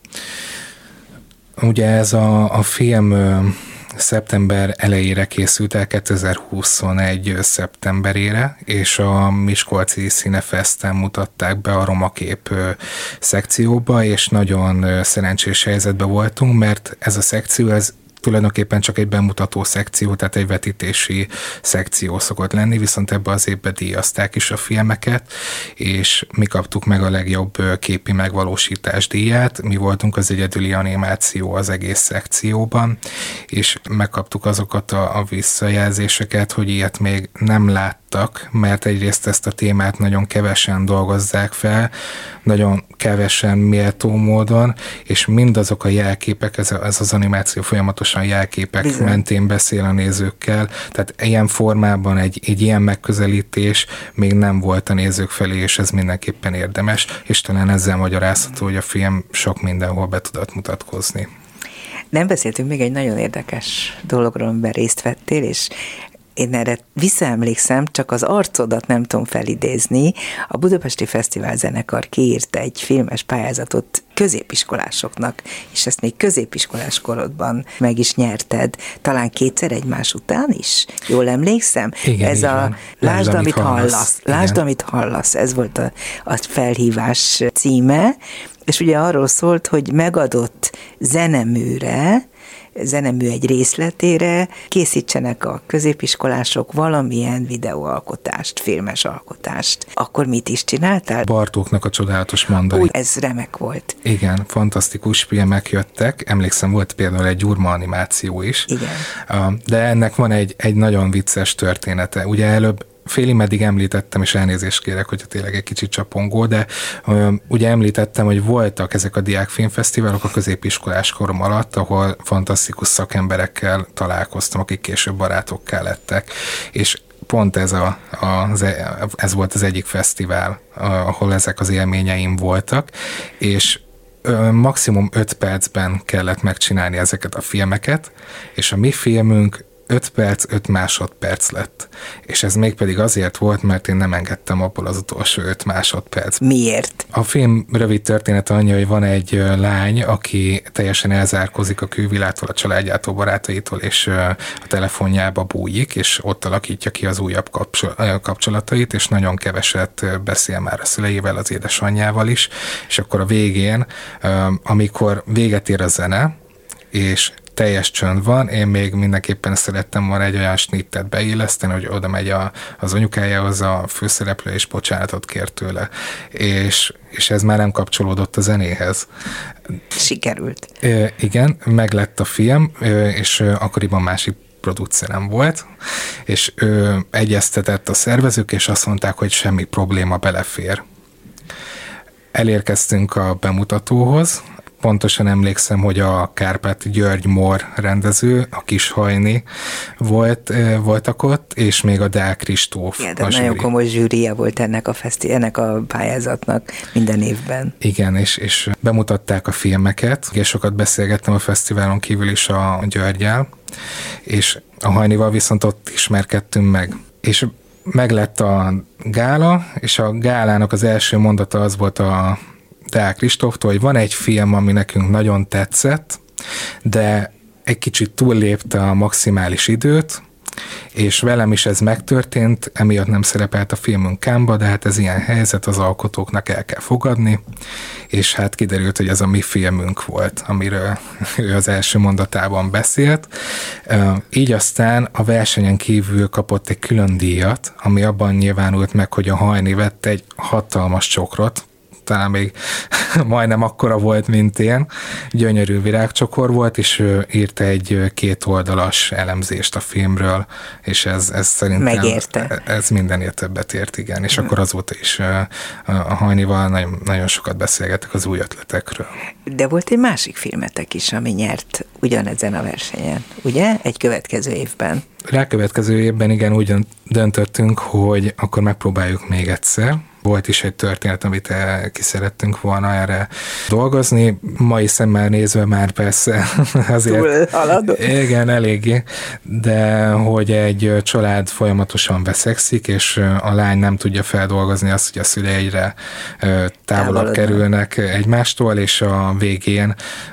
Speaker 3: Ugye ez a film szeptember elejére készült el, 2021 szeptemberére, és a Miskolci Színefeszten mutatták be a Romakép szekcióba, és nagyon szerencsés helyzetben voltunk, mert ez a szekció, ez tulajdonképpen csak egy bemutató szekció, tehát egy vetítési szekció szokott lenni, viszont ebbe az évben díjazták is a filmeket, és mi kaptuk meg a legjobb képi megvalósítás díját, mi voltunk az egyedüli animáció az egész szekcióban, és megkaptuk azokat a visszajelzéseket, hogy ilyet még nem láttak, mert egyrészt ezt a témát nagyon kevesen dolgozzák fel, nagyon kevesen méltó módon, és mindazok a jelképek, ez az animáció folyamatosan jelképek mentén beszél a nézőkkel, tehát ilyen formában egy ilyen megközelítés még nem volt a nézők felé, és ez mindenképpen érdemes, és talán ezzel magyarázható, hogy a film sok mindenhol be tudott mutatkozni.
Speaker 2: Nem beszéltünk még egy nagyon érdekes dologról, amiben részt vettél, és én erre visszaemlékszem, csak az arcodat nem tudom felidézni. A Budapesti Fesztivál Zenekar kiírt egy filmes pályázatot középiskolásoknak, és ezt még középiskolás korodban meg is nyerted, talán 2 egymás után is? Jól emlékszem?
Speaker 3: Igen,
Speaker 2: ez a Lásd, amit hallasz. Lásd, amit hallasz. Ez volt a felhívás címe, és ugye arról szólt, hogy megadott zenemű egy részletére készítsenek a középiskolások valamilyen videóalkotást, filmes alkotást. Akkor mit is csináltál?
Speaker 3: Bartóknak a Csodálatos Mandai.
Speaker 2: Úgy, ez remek volt.
Speaker 3: Igen, fantasztikus filmek jöttek. Emlékszem, volt például egy Gyurma animáció is.
Speaker 2: Igen.
Speaker 3: De ennek van egy nagyon vicces története. Ugye előbb félig meddig említettem, és elnézést kérek, hogyha tényleg egy kicsit csapongó, de ugye említettem, hogy voltak ezek a diákfilmfesztiválok a középiskolás korom alatt, ahol fantasztikus szakemberekkel találkoztam, akik később barátokká lettek, és pont ez volt az egyik fesztivál, ahol ezek az élményeim voltak, és maximum 5 percben kellett megcsinálni ezeket a filmeket, és a mi filmünk 5 perc, 5 másodperc lett. És ez mégpedig azért volt, mert én nem engedtem abból az utolsó 5 másodperc.
Speaker 2: Miért?
Speaker 3: A film rövid története annyi, hogy van egy lány, aki teljesen elzárkózik a külvilágtól, a családjától, barátaitól, és a telefonjába bújik, és ott alakítja ki az újabb kapcsolatait, és nagyon keveset beszél már a szüleivel, az édesanyjával is, és akkor a végén, amikor véget ér a zene, és teljes csönd van, én még mindenképpen szerettem volna egy olyan snittet beilleszteni, hogy oda megy az anyukájához a főszereplő, és bocsánatot kér tőle. És ez már nem kapcsolódott a zenéhez.
Speaker 2: Sikerült.
Speaker 3: Igen, meglett a film, és akkoriban másik producerem volt, és egyeztetett a szervezők, és azt mondták, hogy semmi probléma, belefér. Elérkeztünk a bemutatóhoz. Pontosan emlékszem, hogy a Kárpáti György Mór rendező, a Kishajni voltak ott, és még a Deák Kristóf.
Speaker 2: Igen, de nagyon komoly zsűrije volt ennek a pályázatnak minden évben.
Speaker 3: Igen, és bemutatták a filmeket, és sokat beszélgettem a fesztiválon kívül is a Györgyel, és a Hajnival viszont ott ismerkedtünk meg. És meglett a gála, és a gálának az első mondata az volt a Deák Kristóftól, hogy van egy film, ami nekünk nagyon tetszett, de egy kicsit túllépte a maximális időt, és velem is ez megtörtént, emiatt nem szerepelt a filmünk Cannes-ba, de hát ez ilyen helyzet, az alkotóknak el kell fogadni, és hát kiderült, hogy ez a mi filmünk volt, amiről ő az első mondatában beszélt. Így aztán a versenyen kívül kapott egy külön díjat, ami abban nyilvánult meg, hogy a Hajni vett egy hatalmas csokrot, talán még majdnem akkora volt, mint én. Gyönyörű virágcsokor volt, és ő írt egy 2 oldalas elemzést a filmről, és ez szerintem...
Speaker 2: Megérte.
Speaker 3: Ez mindenért többet ért, igen. És akkor azóta is a Hajnival nagyon, nagyon sokat beszélgettek az új ötletekről.
Speaker 2: De volt egy másik filmetek is, ami nyert ugyanezen a versenyen, ugye? Egy következő évben.
Speaker 3: Rákövetkező évben igen, úgy döntöttünk, hogy akkor megpróbáljuk még egyszer. Volt is egy történet, amit ki szerettünk volna erre dolgozni. Mai szemmel nézve már persze azért...
Speaker 2: Túl haladott.
Speaker 3: Igen, eléggé. De hogy egy család folyamatosan veszekszik, és a lány nem tudja feldolgozni azt, hogy a szülei egyre távolabb kerülnek egymástól, és a végén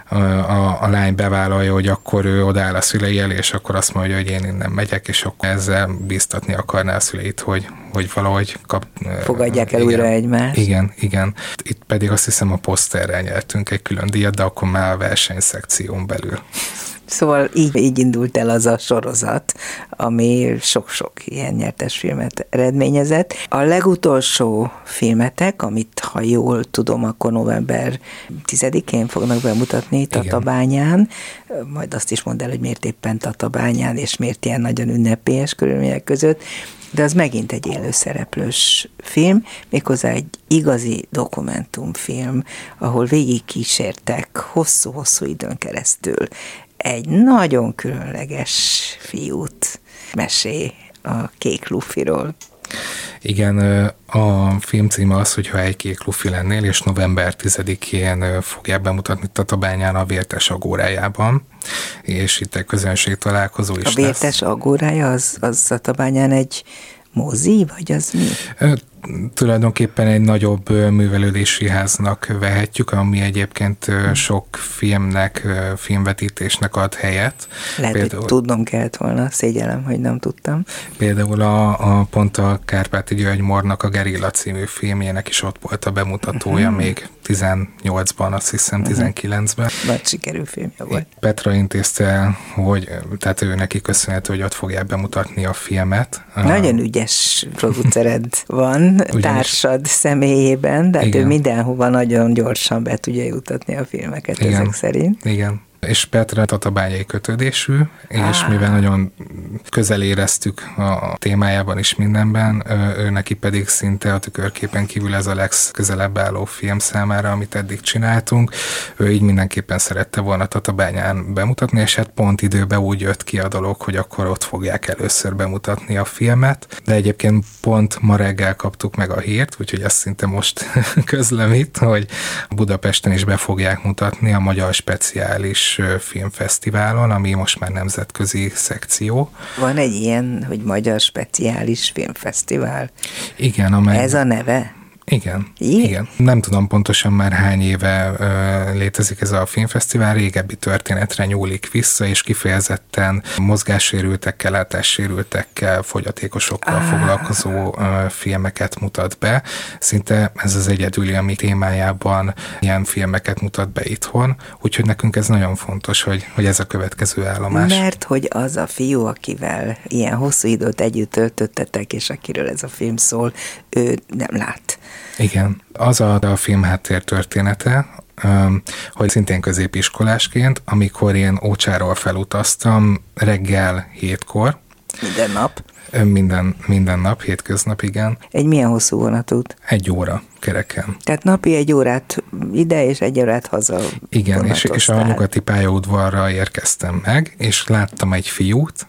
Speaker 3: a lány bevállalja, hogy akkor ő odáll a szülei elé, és akkor azt mondja, hogy én innen megyek, és akkor ezzel bíztatni akarná a szüleit, hogy valahogy
Speaker 2: fogadják el újra egymást.
Speaker 3: Igen. Itt pedig azt hiszem a poszterrel nyertünk egy külön díjat, de akkor már a versenyszekción belül.
Speaker 2: Szóval így indult el az a sorozat, ami sok-sok ilyen nyertes filmet eredményezett. A legutolsó filmetek, amit ha jól tudom, akkor november 10-én fognak bemutatni Tatabányán. Majd azt is mondd el, hogy miért éppen Tatabányán, és miért ilyen nagyon ünnepélyes körülmények között. De az megint egy élőszereplős film, méghozzá egy igazi dokumentumfilm, ahol végigkísértek hosszú-hosszú időn keresztül egy nagyon különleges fiút. Mesélj a Kék Lufiról.
Speaker 3: Igen, a film címe az, hogyha egy kék lufi lennél, és november 10-én fogják bemutatni Tatabányán a Vértes Agórájában, és itt egy közönség találkozó is lesz.
Speaker 2: A Vértes Agórája az Tatabányán egy mozi, vagy az mi?
Speaker 3: tulajdonképpen egy nagyobb művelődési háznak vehetjük, ami egyébként sok filmnek, filmvetítésnek ad helyet.
Speaker 2: Lehet, például, hogy tudnom kellett volna, szégyellem, hogy nem tudtam.
Speaker 3: Például pont a Kárpáti György Mornak a Gerilla című filmjének is ott volt a bemutatója még 18-ban, azt hiszem 19-ben.
Speaker 2: Nagy sikerű filmje volt.
Speaker 3: Petra intézte, hogy tehát ő neki köszönhető, hogy ott fogják bemutatni a filmet.
Speaker 2: Nagyon ügyes producered van, társad személyében, de ő mindenhova nagyon gyorsan be tudja jutatni a filmeket ezek szerint.
Speaker 3: Igen. És Petra tatabányai kötődésű, és mivel nagyon közel éreztük a témájában is mindenben, ő neki pedig szinte a Tükörképen kívül ez a legközelebb álló film számára, amit eddig csináltunk. Ő így mindenképpen szerette volna Tatabányán bemutatni, és hát pont időben úgy jött ki a dolog, hogy akkor ott fogják először bemutatni a filmet, de egyébként pont ma reggel kaptuk meg a hírt, úgyhogy azt szinte most közlöm itt, hogy Budapesten is be fogják mutatni a Magyar Speciális Filmfesztiválon, ami most már nemzetközi szekció.
Speaker 2: Van egy ilyen, hogy Magyar Speciális Filmfesztivál?
Speaker 3: Igen.
Speaker 2: Ez a neve?
Speaker 3: Igen. Nem tudom pontosan már hány éve létezik ez a filmfesztivál, régebbi történetre nyúlik vissza, és kifejezetten mozgássérültekkel, látássérültekkel, fogyatékosokkal foglalkozó filmeket mutat be. Szinte ez az egyedüli, ami témájában ilyen filmeket mutat be itthon, úgyhogy nekünk ez nagyon fontos, hogy ez a következő állomás.
Speaker 2: Mert hogy az a fiú, akivel ilyen hosszú időt együtt töltöttetek, és akiről ez a film szól, ő nem lát.
Speaker 3: Igen. Az a film háttér története, hogy szintén középiskolásként, amikor én Ócsáról felutaztam reggel 7-kor.
Speaker 2: Minden nap?
Speaker 3: Minden nap, hétköznap, igen.
Speaker 2: Egy milyen hosszú vonatút?
Speaker 3: 1 óra kereken.
Speaker 2: Tehát napi 1 órát ide, és 1 órát haza.
Speaker 3: Igen, és a nyugati pályaudvarra érkeztem meg, és láttam egy fiút,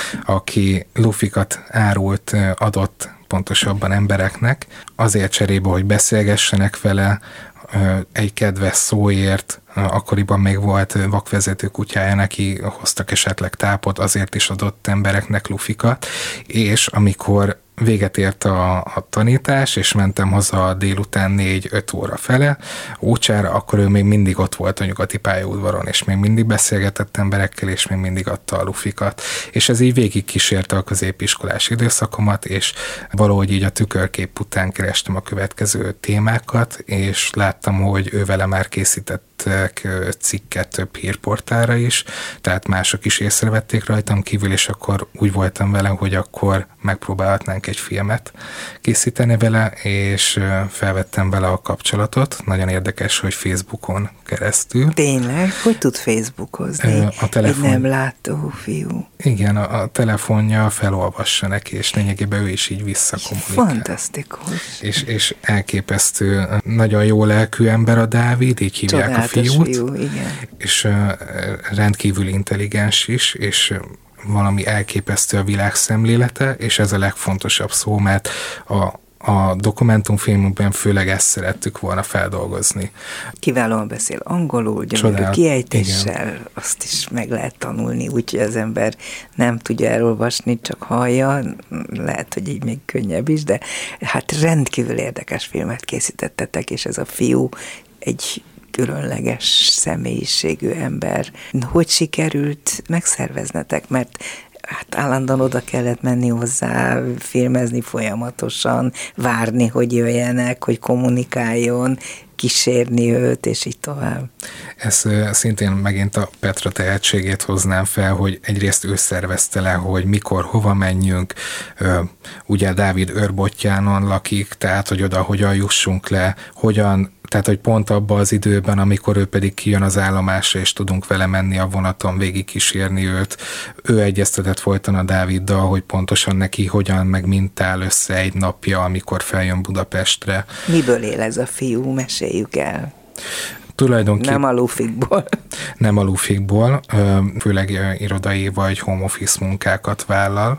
Speaker 3: aki lufikat adott pontosabban embereknek, azért cserébe, hogy beszélgessenek vele, egy kedves szóért, akkoriban még volt vakvezető kutyája, neki hoztak esetleg tápot, azért is adott embereknek lufikat, és amikor véget ért a tanítás, és mentem haza délután 4-5 óra fele Ócsára, akkor ő még mindig ott volt a nyugati pályaudvaron, és még mindig beszélgetett emberekkel, és még mindig adta a lufikat. És ez így végig kísérte a középiskolás időszakomat, és valahogy így a Tükörkép után kerestem a következő témákat, és láttam, hogy ő vele már készítettek cikket több hírportálra is, tehát mások is észrevették rajtam kívül, és akkor úgy voltam vele, hogy akkor megpróbálhatnánk egy filmet készíteni vele, és felvettem vele a kapcsolatot. Nagyon érdekes, hogy Facebookon keresztül.
Speaker 2: Tényleg? Hogy tud Facebookozni? Egy nem látó fiú.
Speaker 3: Igen, a telefonja felolvassa neki, és lényegében ő is így visszakommunikál.
Speaker 2: Fantasztikus.
Speaker 3: És elképesztő, nagyon jó lelkű ember a Dávid, így hívják
Speaker 2: csodálatos
Speaker 3: a fiút.
Speaker 2: Fiú, igen.
Speaker 3: És rendkívül intelligens is, és valami elképesztő a világszemlélete, és ez a legfontosabb szó, mert a dokumentumfilmünkben főleg ezt szerettük volna feldolgozni.
Speaker 2: Kiválóan beszél angolul, gyönyörű kiejtéssel, igen. Azt is meg lehet tanulni, úgyhogy az ember nem tudja elolvasni, csak hallja, lehet, hogy így még könnyebb is, de hát rendkívül érdekes filmet készítettetek, és ez a fiú egy különleges személyiségű ember. Hogy sikerült megszerveznetek? Mert hát állandóan oda kellett menni hozzá, filmezni folyamatosan, várni, hogy jöjjenek, hogy kommunikáljon, kísérni őt, és így tovább.
Speaker 3: Ez szintén megint a Petra tehetségét hoznám fel, hogy egyrészt ő szervezte le, hogy mikor, hova menjünk. Ugye Dávid Őrbottyánon lakik, tehát hogy oda hogyan jussunk le, tehát, hogy pont abban az időben, amikor ő pedig kijön az állomásra, és tudunk vele menni a vonaton, végig kísérni őt. Ő egyeztetett folyton a Dáviddal, hogy pontosan neki hogyan, meg mint áll össze egy napja, amikor feljön Budapestre.
Speaker 2: Miből él ez a fiú? Meséljük el.
Speaker 3: Tulajdonképpen
Speaker 2: nem a lufikból.
Speaker 3: Nem a lufikból, főleg irodai vagy home office munkákat vállal.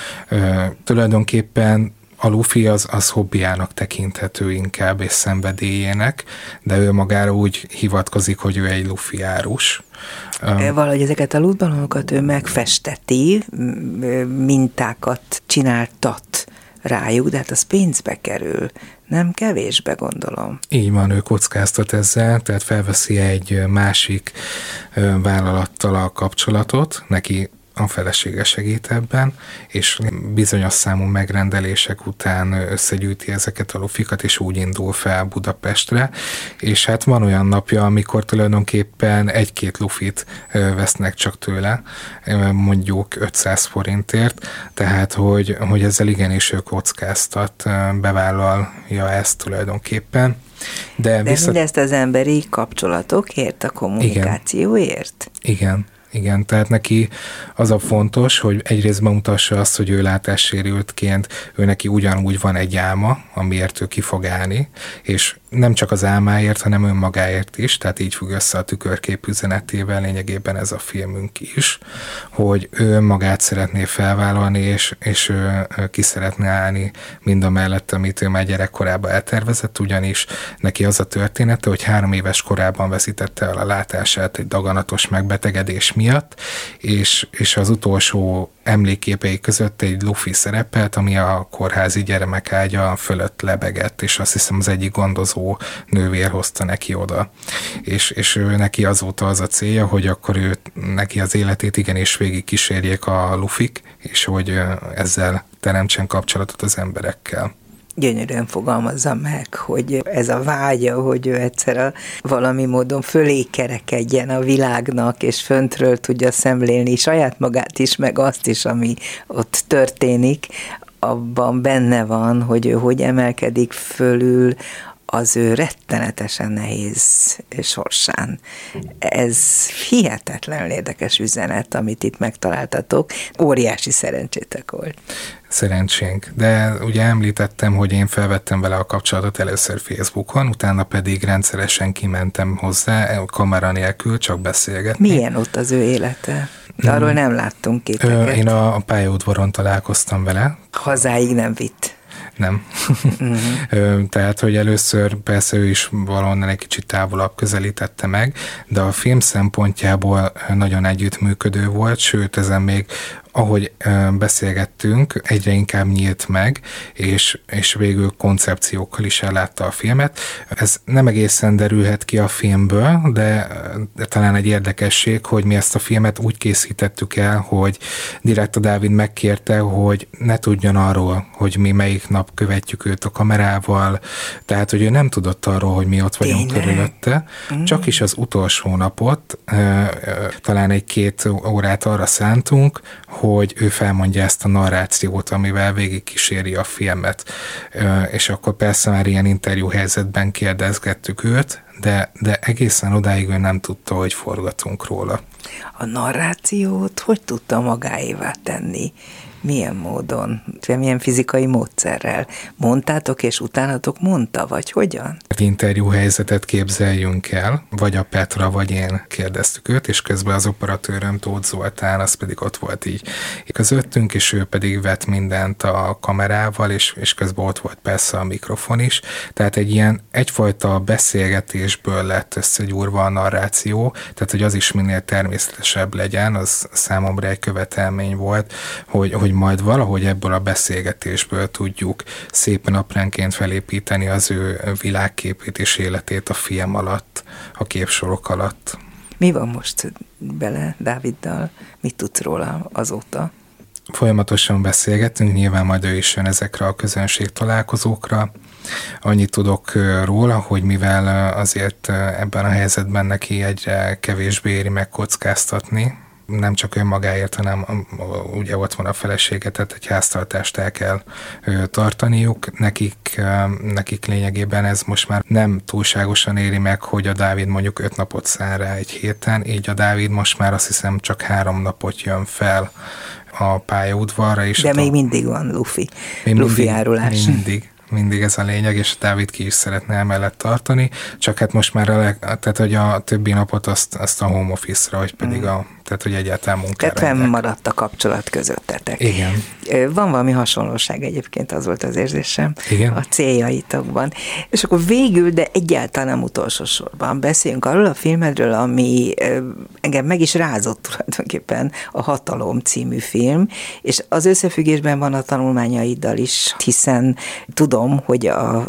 Speaker 3: Tulajdonképpen a lufi az hobbiának tekinthető inkább, és szenvedélyének, de ő magára úgy hivatkozik, hogy ő egy lufi árus.
Speaker 2: Valahogy ezeket a luftballonokat ő megfesteti, mintákat csináltat rájuk, de hát az pénzbe kerül. Nem kevésbe, gondolom.
Speaker 3: Így van, ő kockáztat ezzel, tehát felveszi egy másik vállalattal a kapcsolatot, neki a felesége segít ebben, és bizonyos számú megrendelések után összegyűjti ezeket a lufikat, és úgy indul fel Budapestre, és hát van olyan napja, amikor tulajdonképpen egy-két lufit vesznek csak tőle, mondjuk 500 forintért, tehát hogy ezzel igenis ő kockáztat, bevállalja ezt tulajdonképpen. De
Speaker 2: mindezt az emberi kapcsolatokért, a kommunikációért?
Speaker 3: Igen, tehát neki az a fontos, hogy egyrészt bemutassa azt, hogy ő látássérültként, ő neki ugyanúgy van egy álma, amiért ő ki fog állni, és nem csak az álmáért, hanem önmagáért is, tehát így függ össze a tükörkép üzenetével lényegében ez a filmünk is, hogy ő önmagát szeretné felvállalni, és ő ki szeretne állni mind a mellett, amit ő már gyerekkorában eltervezett, ugyanis neki az a története, hogy 3 éves korában veszítette el a látását egy daganatos megbetegedés miatt, és az utolsó emlékképei között egy lufi szerepelt, ami a kórházi gyermekágya fölött lebegett, és azt hiszem az egyik gondozó nővér hozta neki oda. És ő neki azóta az a célja, hogy akkor neki az életét igenis végig kísérjék a lufik, és hogy ezzel teremtsen kapcsolatot az emberekkel.
Speaker 2: Gyönyörűen fogalmazza meg, hogy ez a vágya, hogy ő egyszer valami módon fölé kerekedjen a világnak, és föntről tudja szemlélni saját magát is, meg azt is, ami ott történik, abban benne van, hogy ő hogy emelkedik fölül az ő rettenetesen nehéz sorsán. Ez hihetetlenül érdekes üzenet, amit itt megtaláltatok. Óriási szerencsétek volt.
Speaker 3: Szerencsénk. De ugye említettem, hogy én felvettem vele a kapcsolatot először Facebookon, utána pedig rendszeresen kimentem hozzá, kamera nélkül, csak beszélgetni.
Speaker 2: Milyen ott az ő élete? De arról nem láttunk képeket.
Speaker 3: Én a pályaudvaron találkoztam vele.
Speaker 2: Hazáig nem vitt.
Speaker 3: Nem. Tehát, hogy először persze ő is valahonnan egy kicsit távolabb közelítette meg, de a film szempontjából nagyon együttműködő volt, sőt, ezen még ahogy beszélgettünk, egyre inkább nyílt meg, és végül koncepciókkal is ellátta a filmet. Ez nem egészen derülhet ki a filmből, de talán egy érdekesség, hogy mi ezt a filmet úgy készítettük el, hogy direkt a Dávid megkérte, hogy ne tudjon arról, hogy mi melyik nap követjük őt a kamerával, tehát, hogy ő nem tudott arról, hogy mi ott vagyunk körülötte, csak is az utolsó napot, talán 1-2 órát arra szántunk, hogy ő felmondja ezt a narrációt, amivel végig kíséri a filmet. És akkor persze már ilyen interjú helyzetben kérdezgettük őt, de egészen odáig ő nem tudta, hogy forgatunk róla.
Speaker 2: A narrációt hogy tudta magáévá tenni? Milyen módon? Milyen fizikai módszerrel? Mondtátok, és utánatok mondta, vagy hogyan?
Speaker 3: Interjú helyzetet képzeljünk el, vagy a Petra, vagy én kérdeztük őt, és közben az operatőröm Tóth Zoltán, az pedig ott volt így közöttünk, és ő pedig vett mindent a kamerával, és közben ott volt persze a mikrofon is. Tehát egyfajta beszélgetésből lett összegyúrva a narráció, tehát hogy az is minél természetesebb legyen, az számomra egy követelmény volt, hogy majd valahogy ebből a beszélgetésből tudjuk szépen apránként felépíteni az ő világképét és életét a film alatt, a képsorok alatt.
Speaker 2: Mi van most bele Dáviddal? Mit tudsz róla azóta?
Speaker 3: Folyamatosan beszélgetünk, nyilván majd ő is jön ezekre a közönség találkozókra. Annyit tudok róla, hogy mivel azért ebben a helyzetben neki egyre kevésbé éri megkockáztatni, nem csak önmagáért, hanem ugye ott van a felesége, tehát egy háztartást el kell tartaniuk. Nekik lényegében ez most már nem túlságosan éri meg, hogy a Dávid mondjuk 5 napot szán rá egy héten, így a Dávid most már azt hiszem csak 3 napot jön fel a pályaudvarra. És
Speaker 2: de még mindig van lufi árulás.
Speaker 3: Mindig ez a lényeg, és Dávid ki is szeretne emellett tartani, csak hát most már tehát, hogy a többi napot azt a home office-ra, vagy pedig tehát, hogy egyáltalán munkára.
Speaker 2: Tehát fennmaradt a kapcsolat közöttetek.
Speaker 3: Igen.
Speaker 2: Van valami hasonlóság egyébként, az volt az érzésem.
Speaker 3: Igen.
Speaker 2: A céljaitokban. És akkor végül, de egyáltalán nem utolsó sorban beszéljünk arról a filmedről, ami engem meg is rázott tulajdonképpen, a Hatalom című film, és az összefüggésben van a tanulmányaiddal is, hiszen tudom, hogy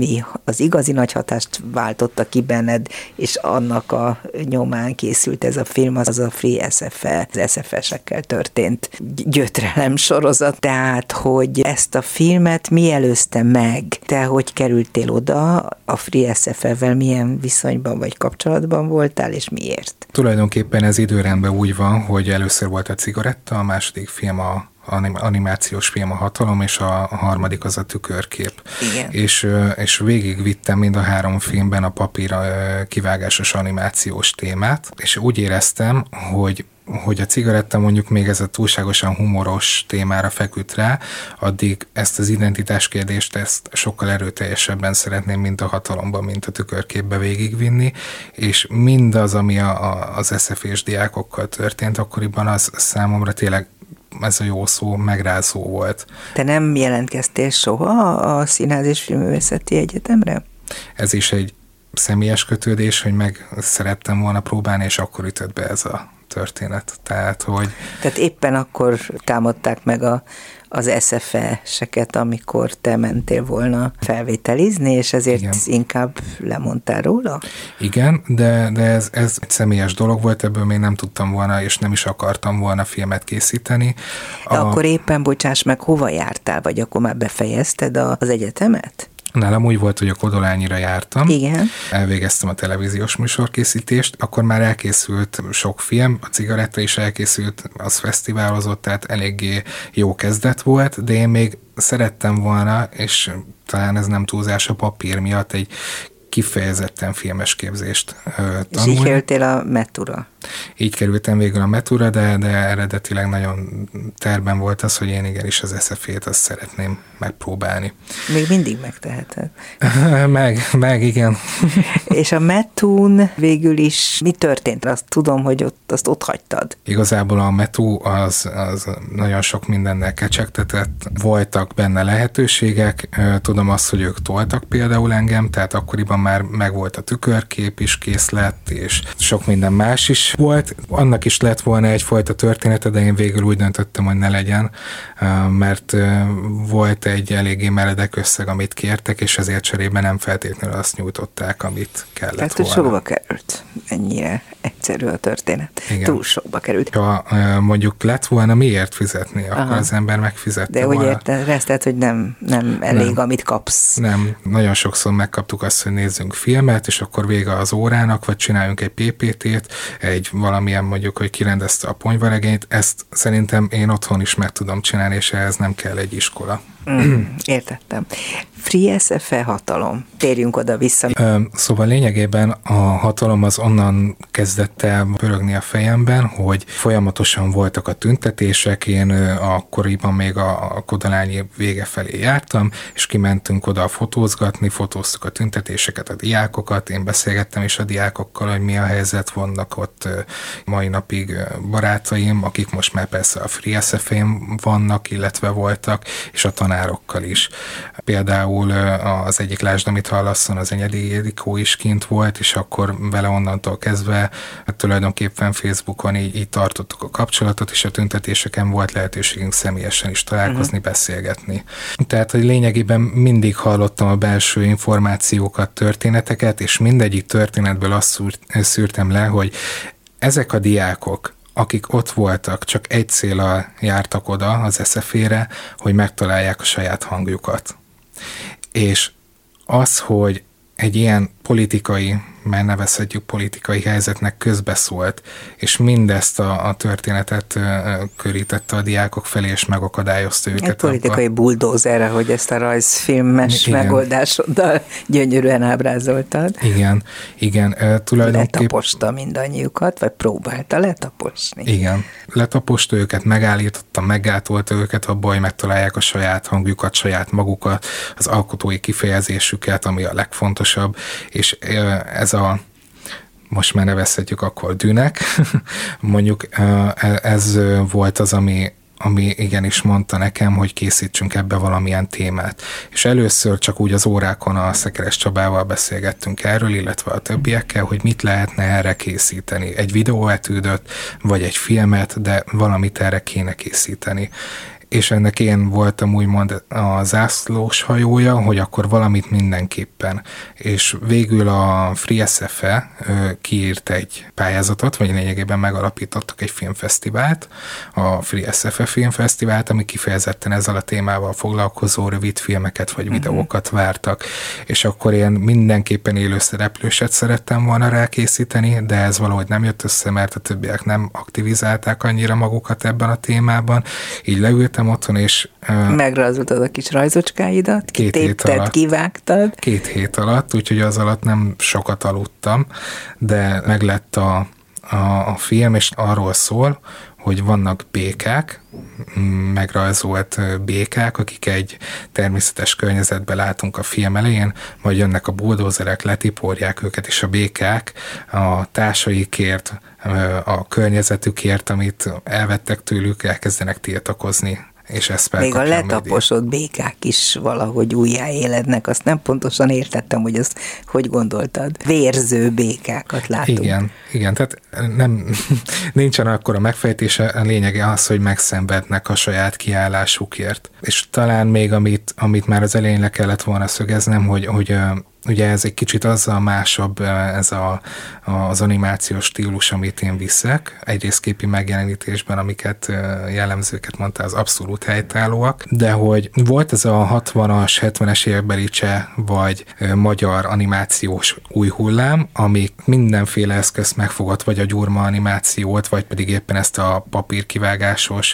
Speaker 2: az igazi nagy hatást váltotta ki benned, és annak a nyomán készült ez a film, az a Free SFE, az SFS-ekkel történt gyötrelem sorozat. Tehát, hogy ezt a filmet mi előzte meg? Te hogy kerültél oda a Free SFE-vel, milyen viszonyban vagy kapcsolatban voltál, és miért?
Speaker 3: Tulajdonképpen ez időrendben úgy van, hogy először volt a Cigaretta, a második film animációs film a Hatalom, és a harmadik az a Tükörkép.
Speaker 2: Igen.
Speaker 3: És végigvittem mind a 3 filmben a papír kivágásos animációs témát, és úgy éreztem, hogy a Cigaretta mondjuk még ez a túlságosan humoros témára feküdt rá, addig ezt az identitáskérdést ezt sokkal erőteljesebben szeretném, mint a Hatalomban, mint a Tükörképbe végigvinni, és mindaz, ami az SFE-s diákokkal történt akkoriban, az számomra tényleg, ez a jó szó, megrázó volt.
Speaker 2: Te nem jelentkeztél soha a Színház és Filmművészeti Egyetemre?
Speaker 3: Ez is egy személyes kötődés, hogy meg szerettem volna próbálni, és akkor ütött be ez a történet. Tehát
Speaker 2: éppen akkor támadták meg az SFE-seket, amikor te mentél volna felvételizni, és ezért igen, inkább lemondtál róla?
Speaker 3: Igen, de ez egy személyes dolog volt, ebből még nem tudtam volna, és nem is akartam volna filmet készíteni.
Speaker 2: De akkor éppen, bocsáss meg, hova jártál, vagy akkor már befejezted az egyetemet?
Speaker 3: Nálam úgy volt, hogy a Kodolányira jártam.
Speaker 2: Igen.
Speaker 3: Elvégeztem a televíziós műsorkészítést, akkor már elkészült sok film, a Cigaretta is elkészült, az fesztiválozott, tehát eléggé jó kezdet volt, de én még szerettem volna, és talán ez nem túlzás a papír miatt, egy kifejezetten filmes képzést tanulni.
Speaker 2: És így kerültél a Metura?
Speaker 3: Így kerültem végül a Metura, de eredetileg nagyon terben volt az, hogy én igenis az SFE-t azt szeretném megpróbálni.
Speaker 2: Még mindig megteheted.
Speaker 3: meg, igen.
Speaker 2: És a Metún végül is mi történt? Azt tudom, hogy azt ott hagytad.
Speaker 3: Igazából a Metú az nagyon sok mindennel kecsegtetett, voltak benne lehetőségek, tudom azt, hogy ők toltak például engem, tehát akkoriban már megvolt a Tükörkép is kész lett, és sok minden más is volt. Annak is lett volna egyfajta története, de én végül úgy döntöttem, hogy ne legyen, mert volt egy eléggé meredek összeg, amit kértek, és ezért cserében nem feltétlenül azt nyújtották, amit kellett
Speaker 2: tehát,
Speaker 3: volna.
Speaker 2: Tehát sokba került. Ennyire egyszerű a történet. Igen. Túl sokba került.
Speaker 3: Ha mondjuk lett volna miért fizetni, akkor az ember megfizette
Speaker 2: de
Speaker 3: volna.
Speaker 2: De úgy érted, hogy nem elég, nem, amit kapsz.
Speaker 3: Nem. Nagyon sokszor megkaptuk azt, hogy nézzünk filmet, és akkor vége az órának, vagy csináljunk egy PPT-t, egy valamilyen mondjuk, hogy kirendezte a ponyvaregényt. Ezt szerintem én otthon is meg tudom csinálni, és ehhez nem kell egy iskola.
Speaker 2: Értettem. Free SFE Hatalom. Térjünk oda-vissza.
Speaker 3: Szóval lényegében a Hatalom az onnan kezdett el pörögni a fejemben, hogy folyamatosan voltak a tüntetések, én akkoriban még a Kodolányi vége felé jártam, és kimentünk oda fotózgatni, fotóztuk a tüntetéseket, a diákokat, én beszélgettem is a diákokkal, hogy mi a helyzet, vannak ott mai napig barátaim, akik most már persze a Free SFE-n vannak, illetve voltak, és a tanárokkal is. Például az egyik Lásd, amit hallasszon, az Enyedi Ildikó is kint volt, és akkor vele onnantól kezdve tulajdonképpen Facebookon így tartottuk a kapcsolatot, és a tüntetéseken volt lehetőségünk személyesen is találkozni, beszélgetni. Tehát, hogy lényegében mindig hallottam a belső információkat, történeteket, és mindegyik történetből azt szűrtem le, hogy ezek a diákok, akik ott voltak, csak egy céllal jártak oda az SFE-re, hogy megtalálják a saját hangjukat. És az, hogy egy ilyen politikai, már nevezhetjük politikai helyzetnek közbeszólt, és mindezt a történetet körítette a diákok felé, és megakadályozta őket.
Speaker 2: Egy politikai buldózerre, hogy ezt a rajzfilmes megoldásoddal gyönyörűen ábrázoltad.
Speaker 3: Igen. Tulajdonképpen...
Speaker 2: Letaposta mindannyiukat, vagy próbálta letaposni.
Speaker 3: Igen. Letaposta őket, megállította, meggátolta őket abban, hogy megtalálják a saját hangjukat, saját magukat, az alkotói kifejezésüket, ami a legfontosabb, és ez most már nevezhetjük akkor dűnek, mondjuk ez volt az, ami ami igenis mondta nekem, hogy készítsünk ebbe valamilyen témát. És először csak úgy az órákon a Szekeres Csabával beszélgettünk erről, illetve a többiekkel, hogy mit lehetne erre készíteni. Egy videóetűdöt, vagy egy filmet, de valamit erre kéne készíteni. És ennek én voltam úgymond a zászlós hajója, hogy akkor valamit mindenképpen. És végül a FreeSFE kiírt egy pályázatot, vagy lényegében megalapítottak egy filmfesztivált, a FreeSFE filmfesztivált, ami kifejezetten ezzel a témával foglalkozó rövid filmeket vagy videókat vártak. És akkor én mindenképpen élő szereplőset szerettem volna rákészíteni, de ez valahogy nem jött össze, mert a többiek nem aktivizálták annyira magukat ebben a témában. Így leültem otthon, és...
Speaker 2: Megrajzoltad a kis rajzocskáidat, kitépted, kivágtad.
Speaker 3: 2 hét alatt, úgyhogy az alatt nem sokat aludtam, de meglett a film, és arról szól, hogy vannak békák, megrajzolt békák, akik egy természetes környezetben látunk a film elején, majd jönnek a buldózerek, letiporják őket, és a békák a társaikért, a környezetükért, amit elvettek tőlük, elkezdenek tiltakozni. És ez
Speaker 2: még a letaposott békák is valahogy újjáélednek, azt nem pontosan értettem, hogy ezt hogy gondoltad. Vérző békákat látunk.
Speaker 3: Igen, tehát nincsen akkora megfejtése, a lényege az, hogy megszenvednek a saját kiállásukért. És talán még amit már az elején le kellett volna szögeznem, hogy ugye ez egy kicsit azzal másabb, ez az animációs stílus, amit én viszek. Egyrészt képi megjelenítésben, amiket jellemzőket mondta, az abszolút helytállóak, de hogy volt ez a 60-as, 70-es évekbeli cseh vagy magyar animációs új hullám, amik mindenféle eszközt megfogott, vagy a gyurma animációt, vagy pedig éppen ezt a papírkivágásos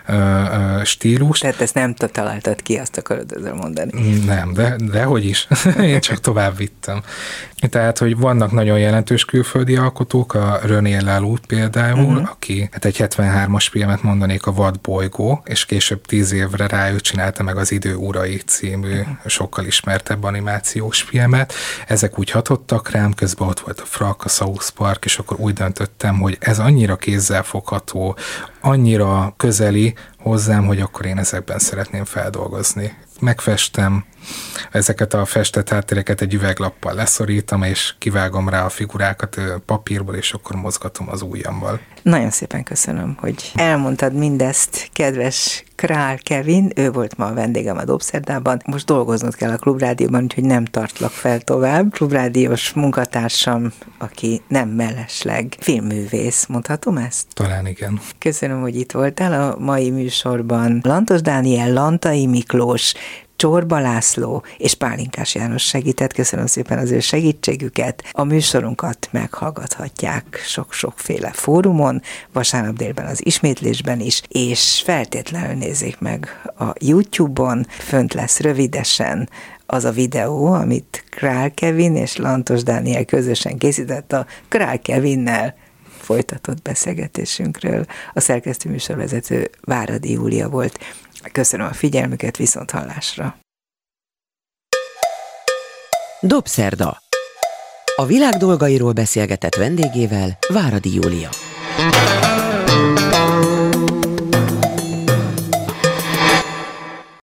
Speaker 3: stílust.
Speaker 2: Tehát ezt nem találtad ki, azt akarod ezzel mondani.
Speaker 3: Nem, de hogy is. Én csak tovább vittem. Tehát, hogy vannak nagyon jelentős külföldi alkotók, a René Laloux például, aki egy 73-as filmet mondanék, a Vadbolygó, és később 10 évre rá ő csinálta meg az Idő urai című, sokkal ismertebb animációs filmet. Ezek úgy hatottak rám, közben ott volt a Frak, a South Park, és akkor úgy döntöttem, hogy ez annyira kézzelfogható, annyira közeli hozzám, hogy akkor én ezekben szeretném feldolgozni. Megfestem ezeket a festett háttéreket, egy üveglappal leszorítom, és kivágom rá a figurákat papírból, és akkor mozgatom az ujjammal.
Speaker 2: Nagyon szépen köszönöm, hogy elmondtad mindezt, kedves Král Kevin, ő volt ma a vendégem a Dobszerdában. Most dolgoznod kell a Klubrádióban, úgyhogy nem tartlak fel tovább. Klubrádiós munkatársam, aki nem mellesleg filmművész, mondhatom ezt?
Speaker 3: Talán igen.
Speaker 2: Köszönöm, hogy itt voltál a mai műsorban. Lantos Dániel, Lantai Miklós, Csorba László és Pálinkás János segített. Köszönöm szépen az ő segítségüket. A műsorunkat meghallgathatják sok-sokféle fórumon, vasárnap délben az ismétlésben is, és feltétlenül nézzék meg a YouTube-on, fönt lesz rövidesen az a videó, amit Král Kevin és Lantos Dániel közösen készített a Král Kevinnel folytatott beszélgetésünkről. A szerkesztő műsorvezető Váradi Júlia volt. Köszönöm a figyelmüket, viszont hallásra.
Speaker 1: Dobszerda. A világ dolgairól beszélgetett vendégével Váradi Júlia.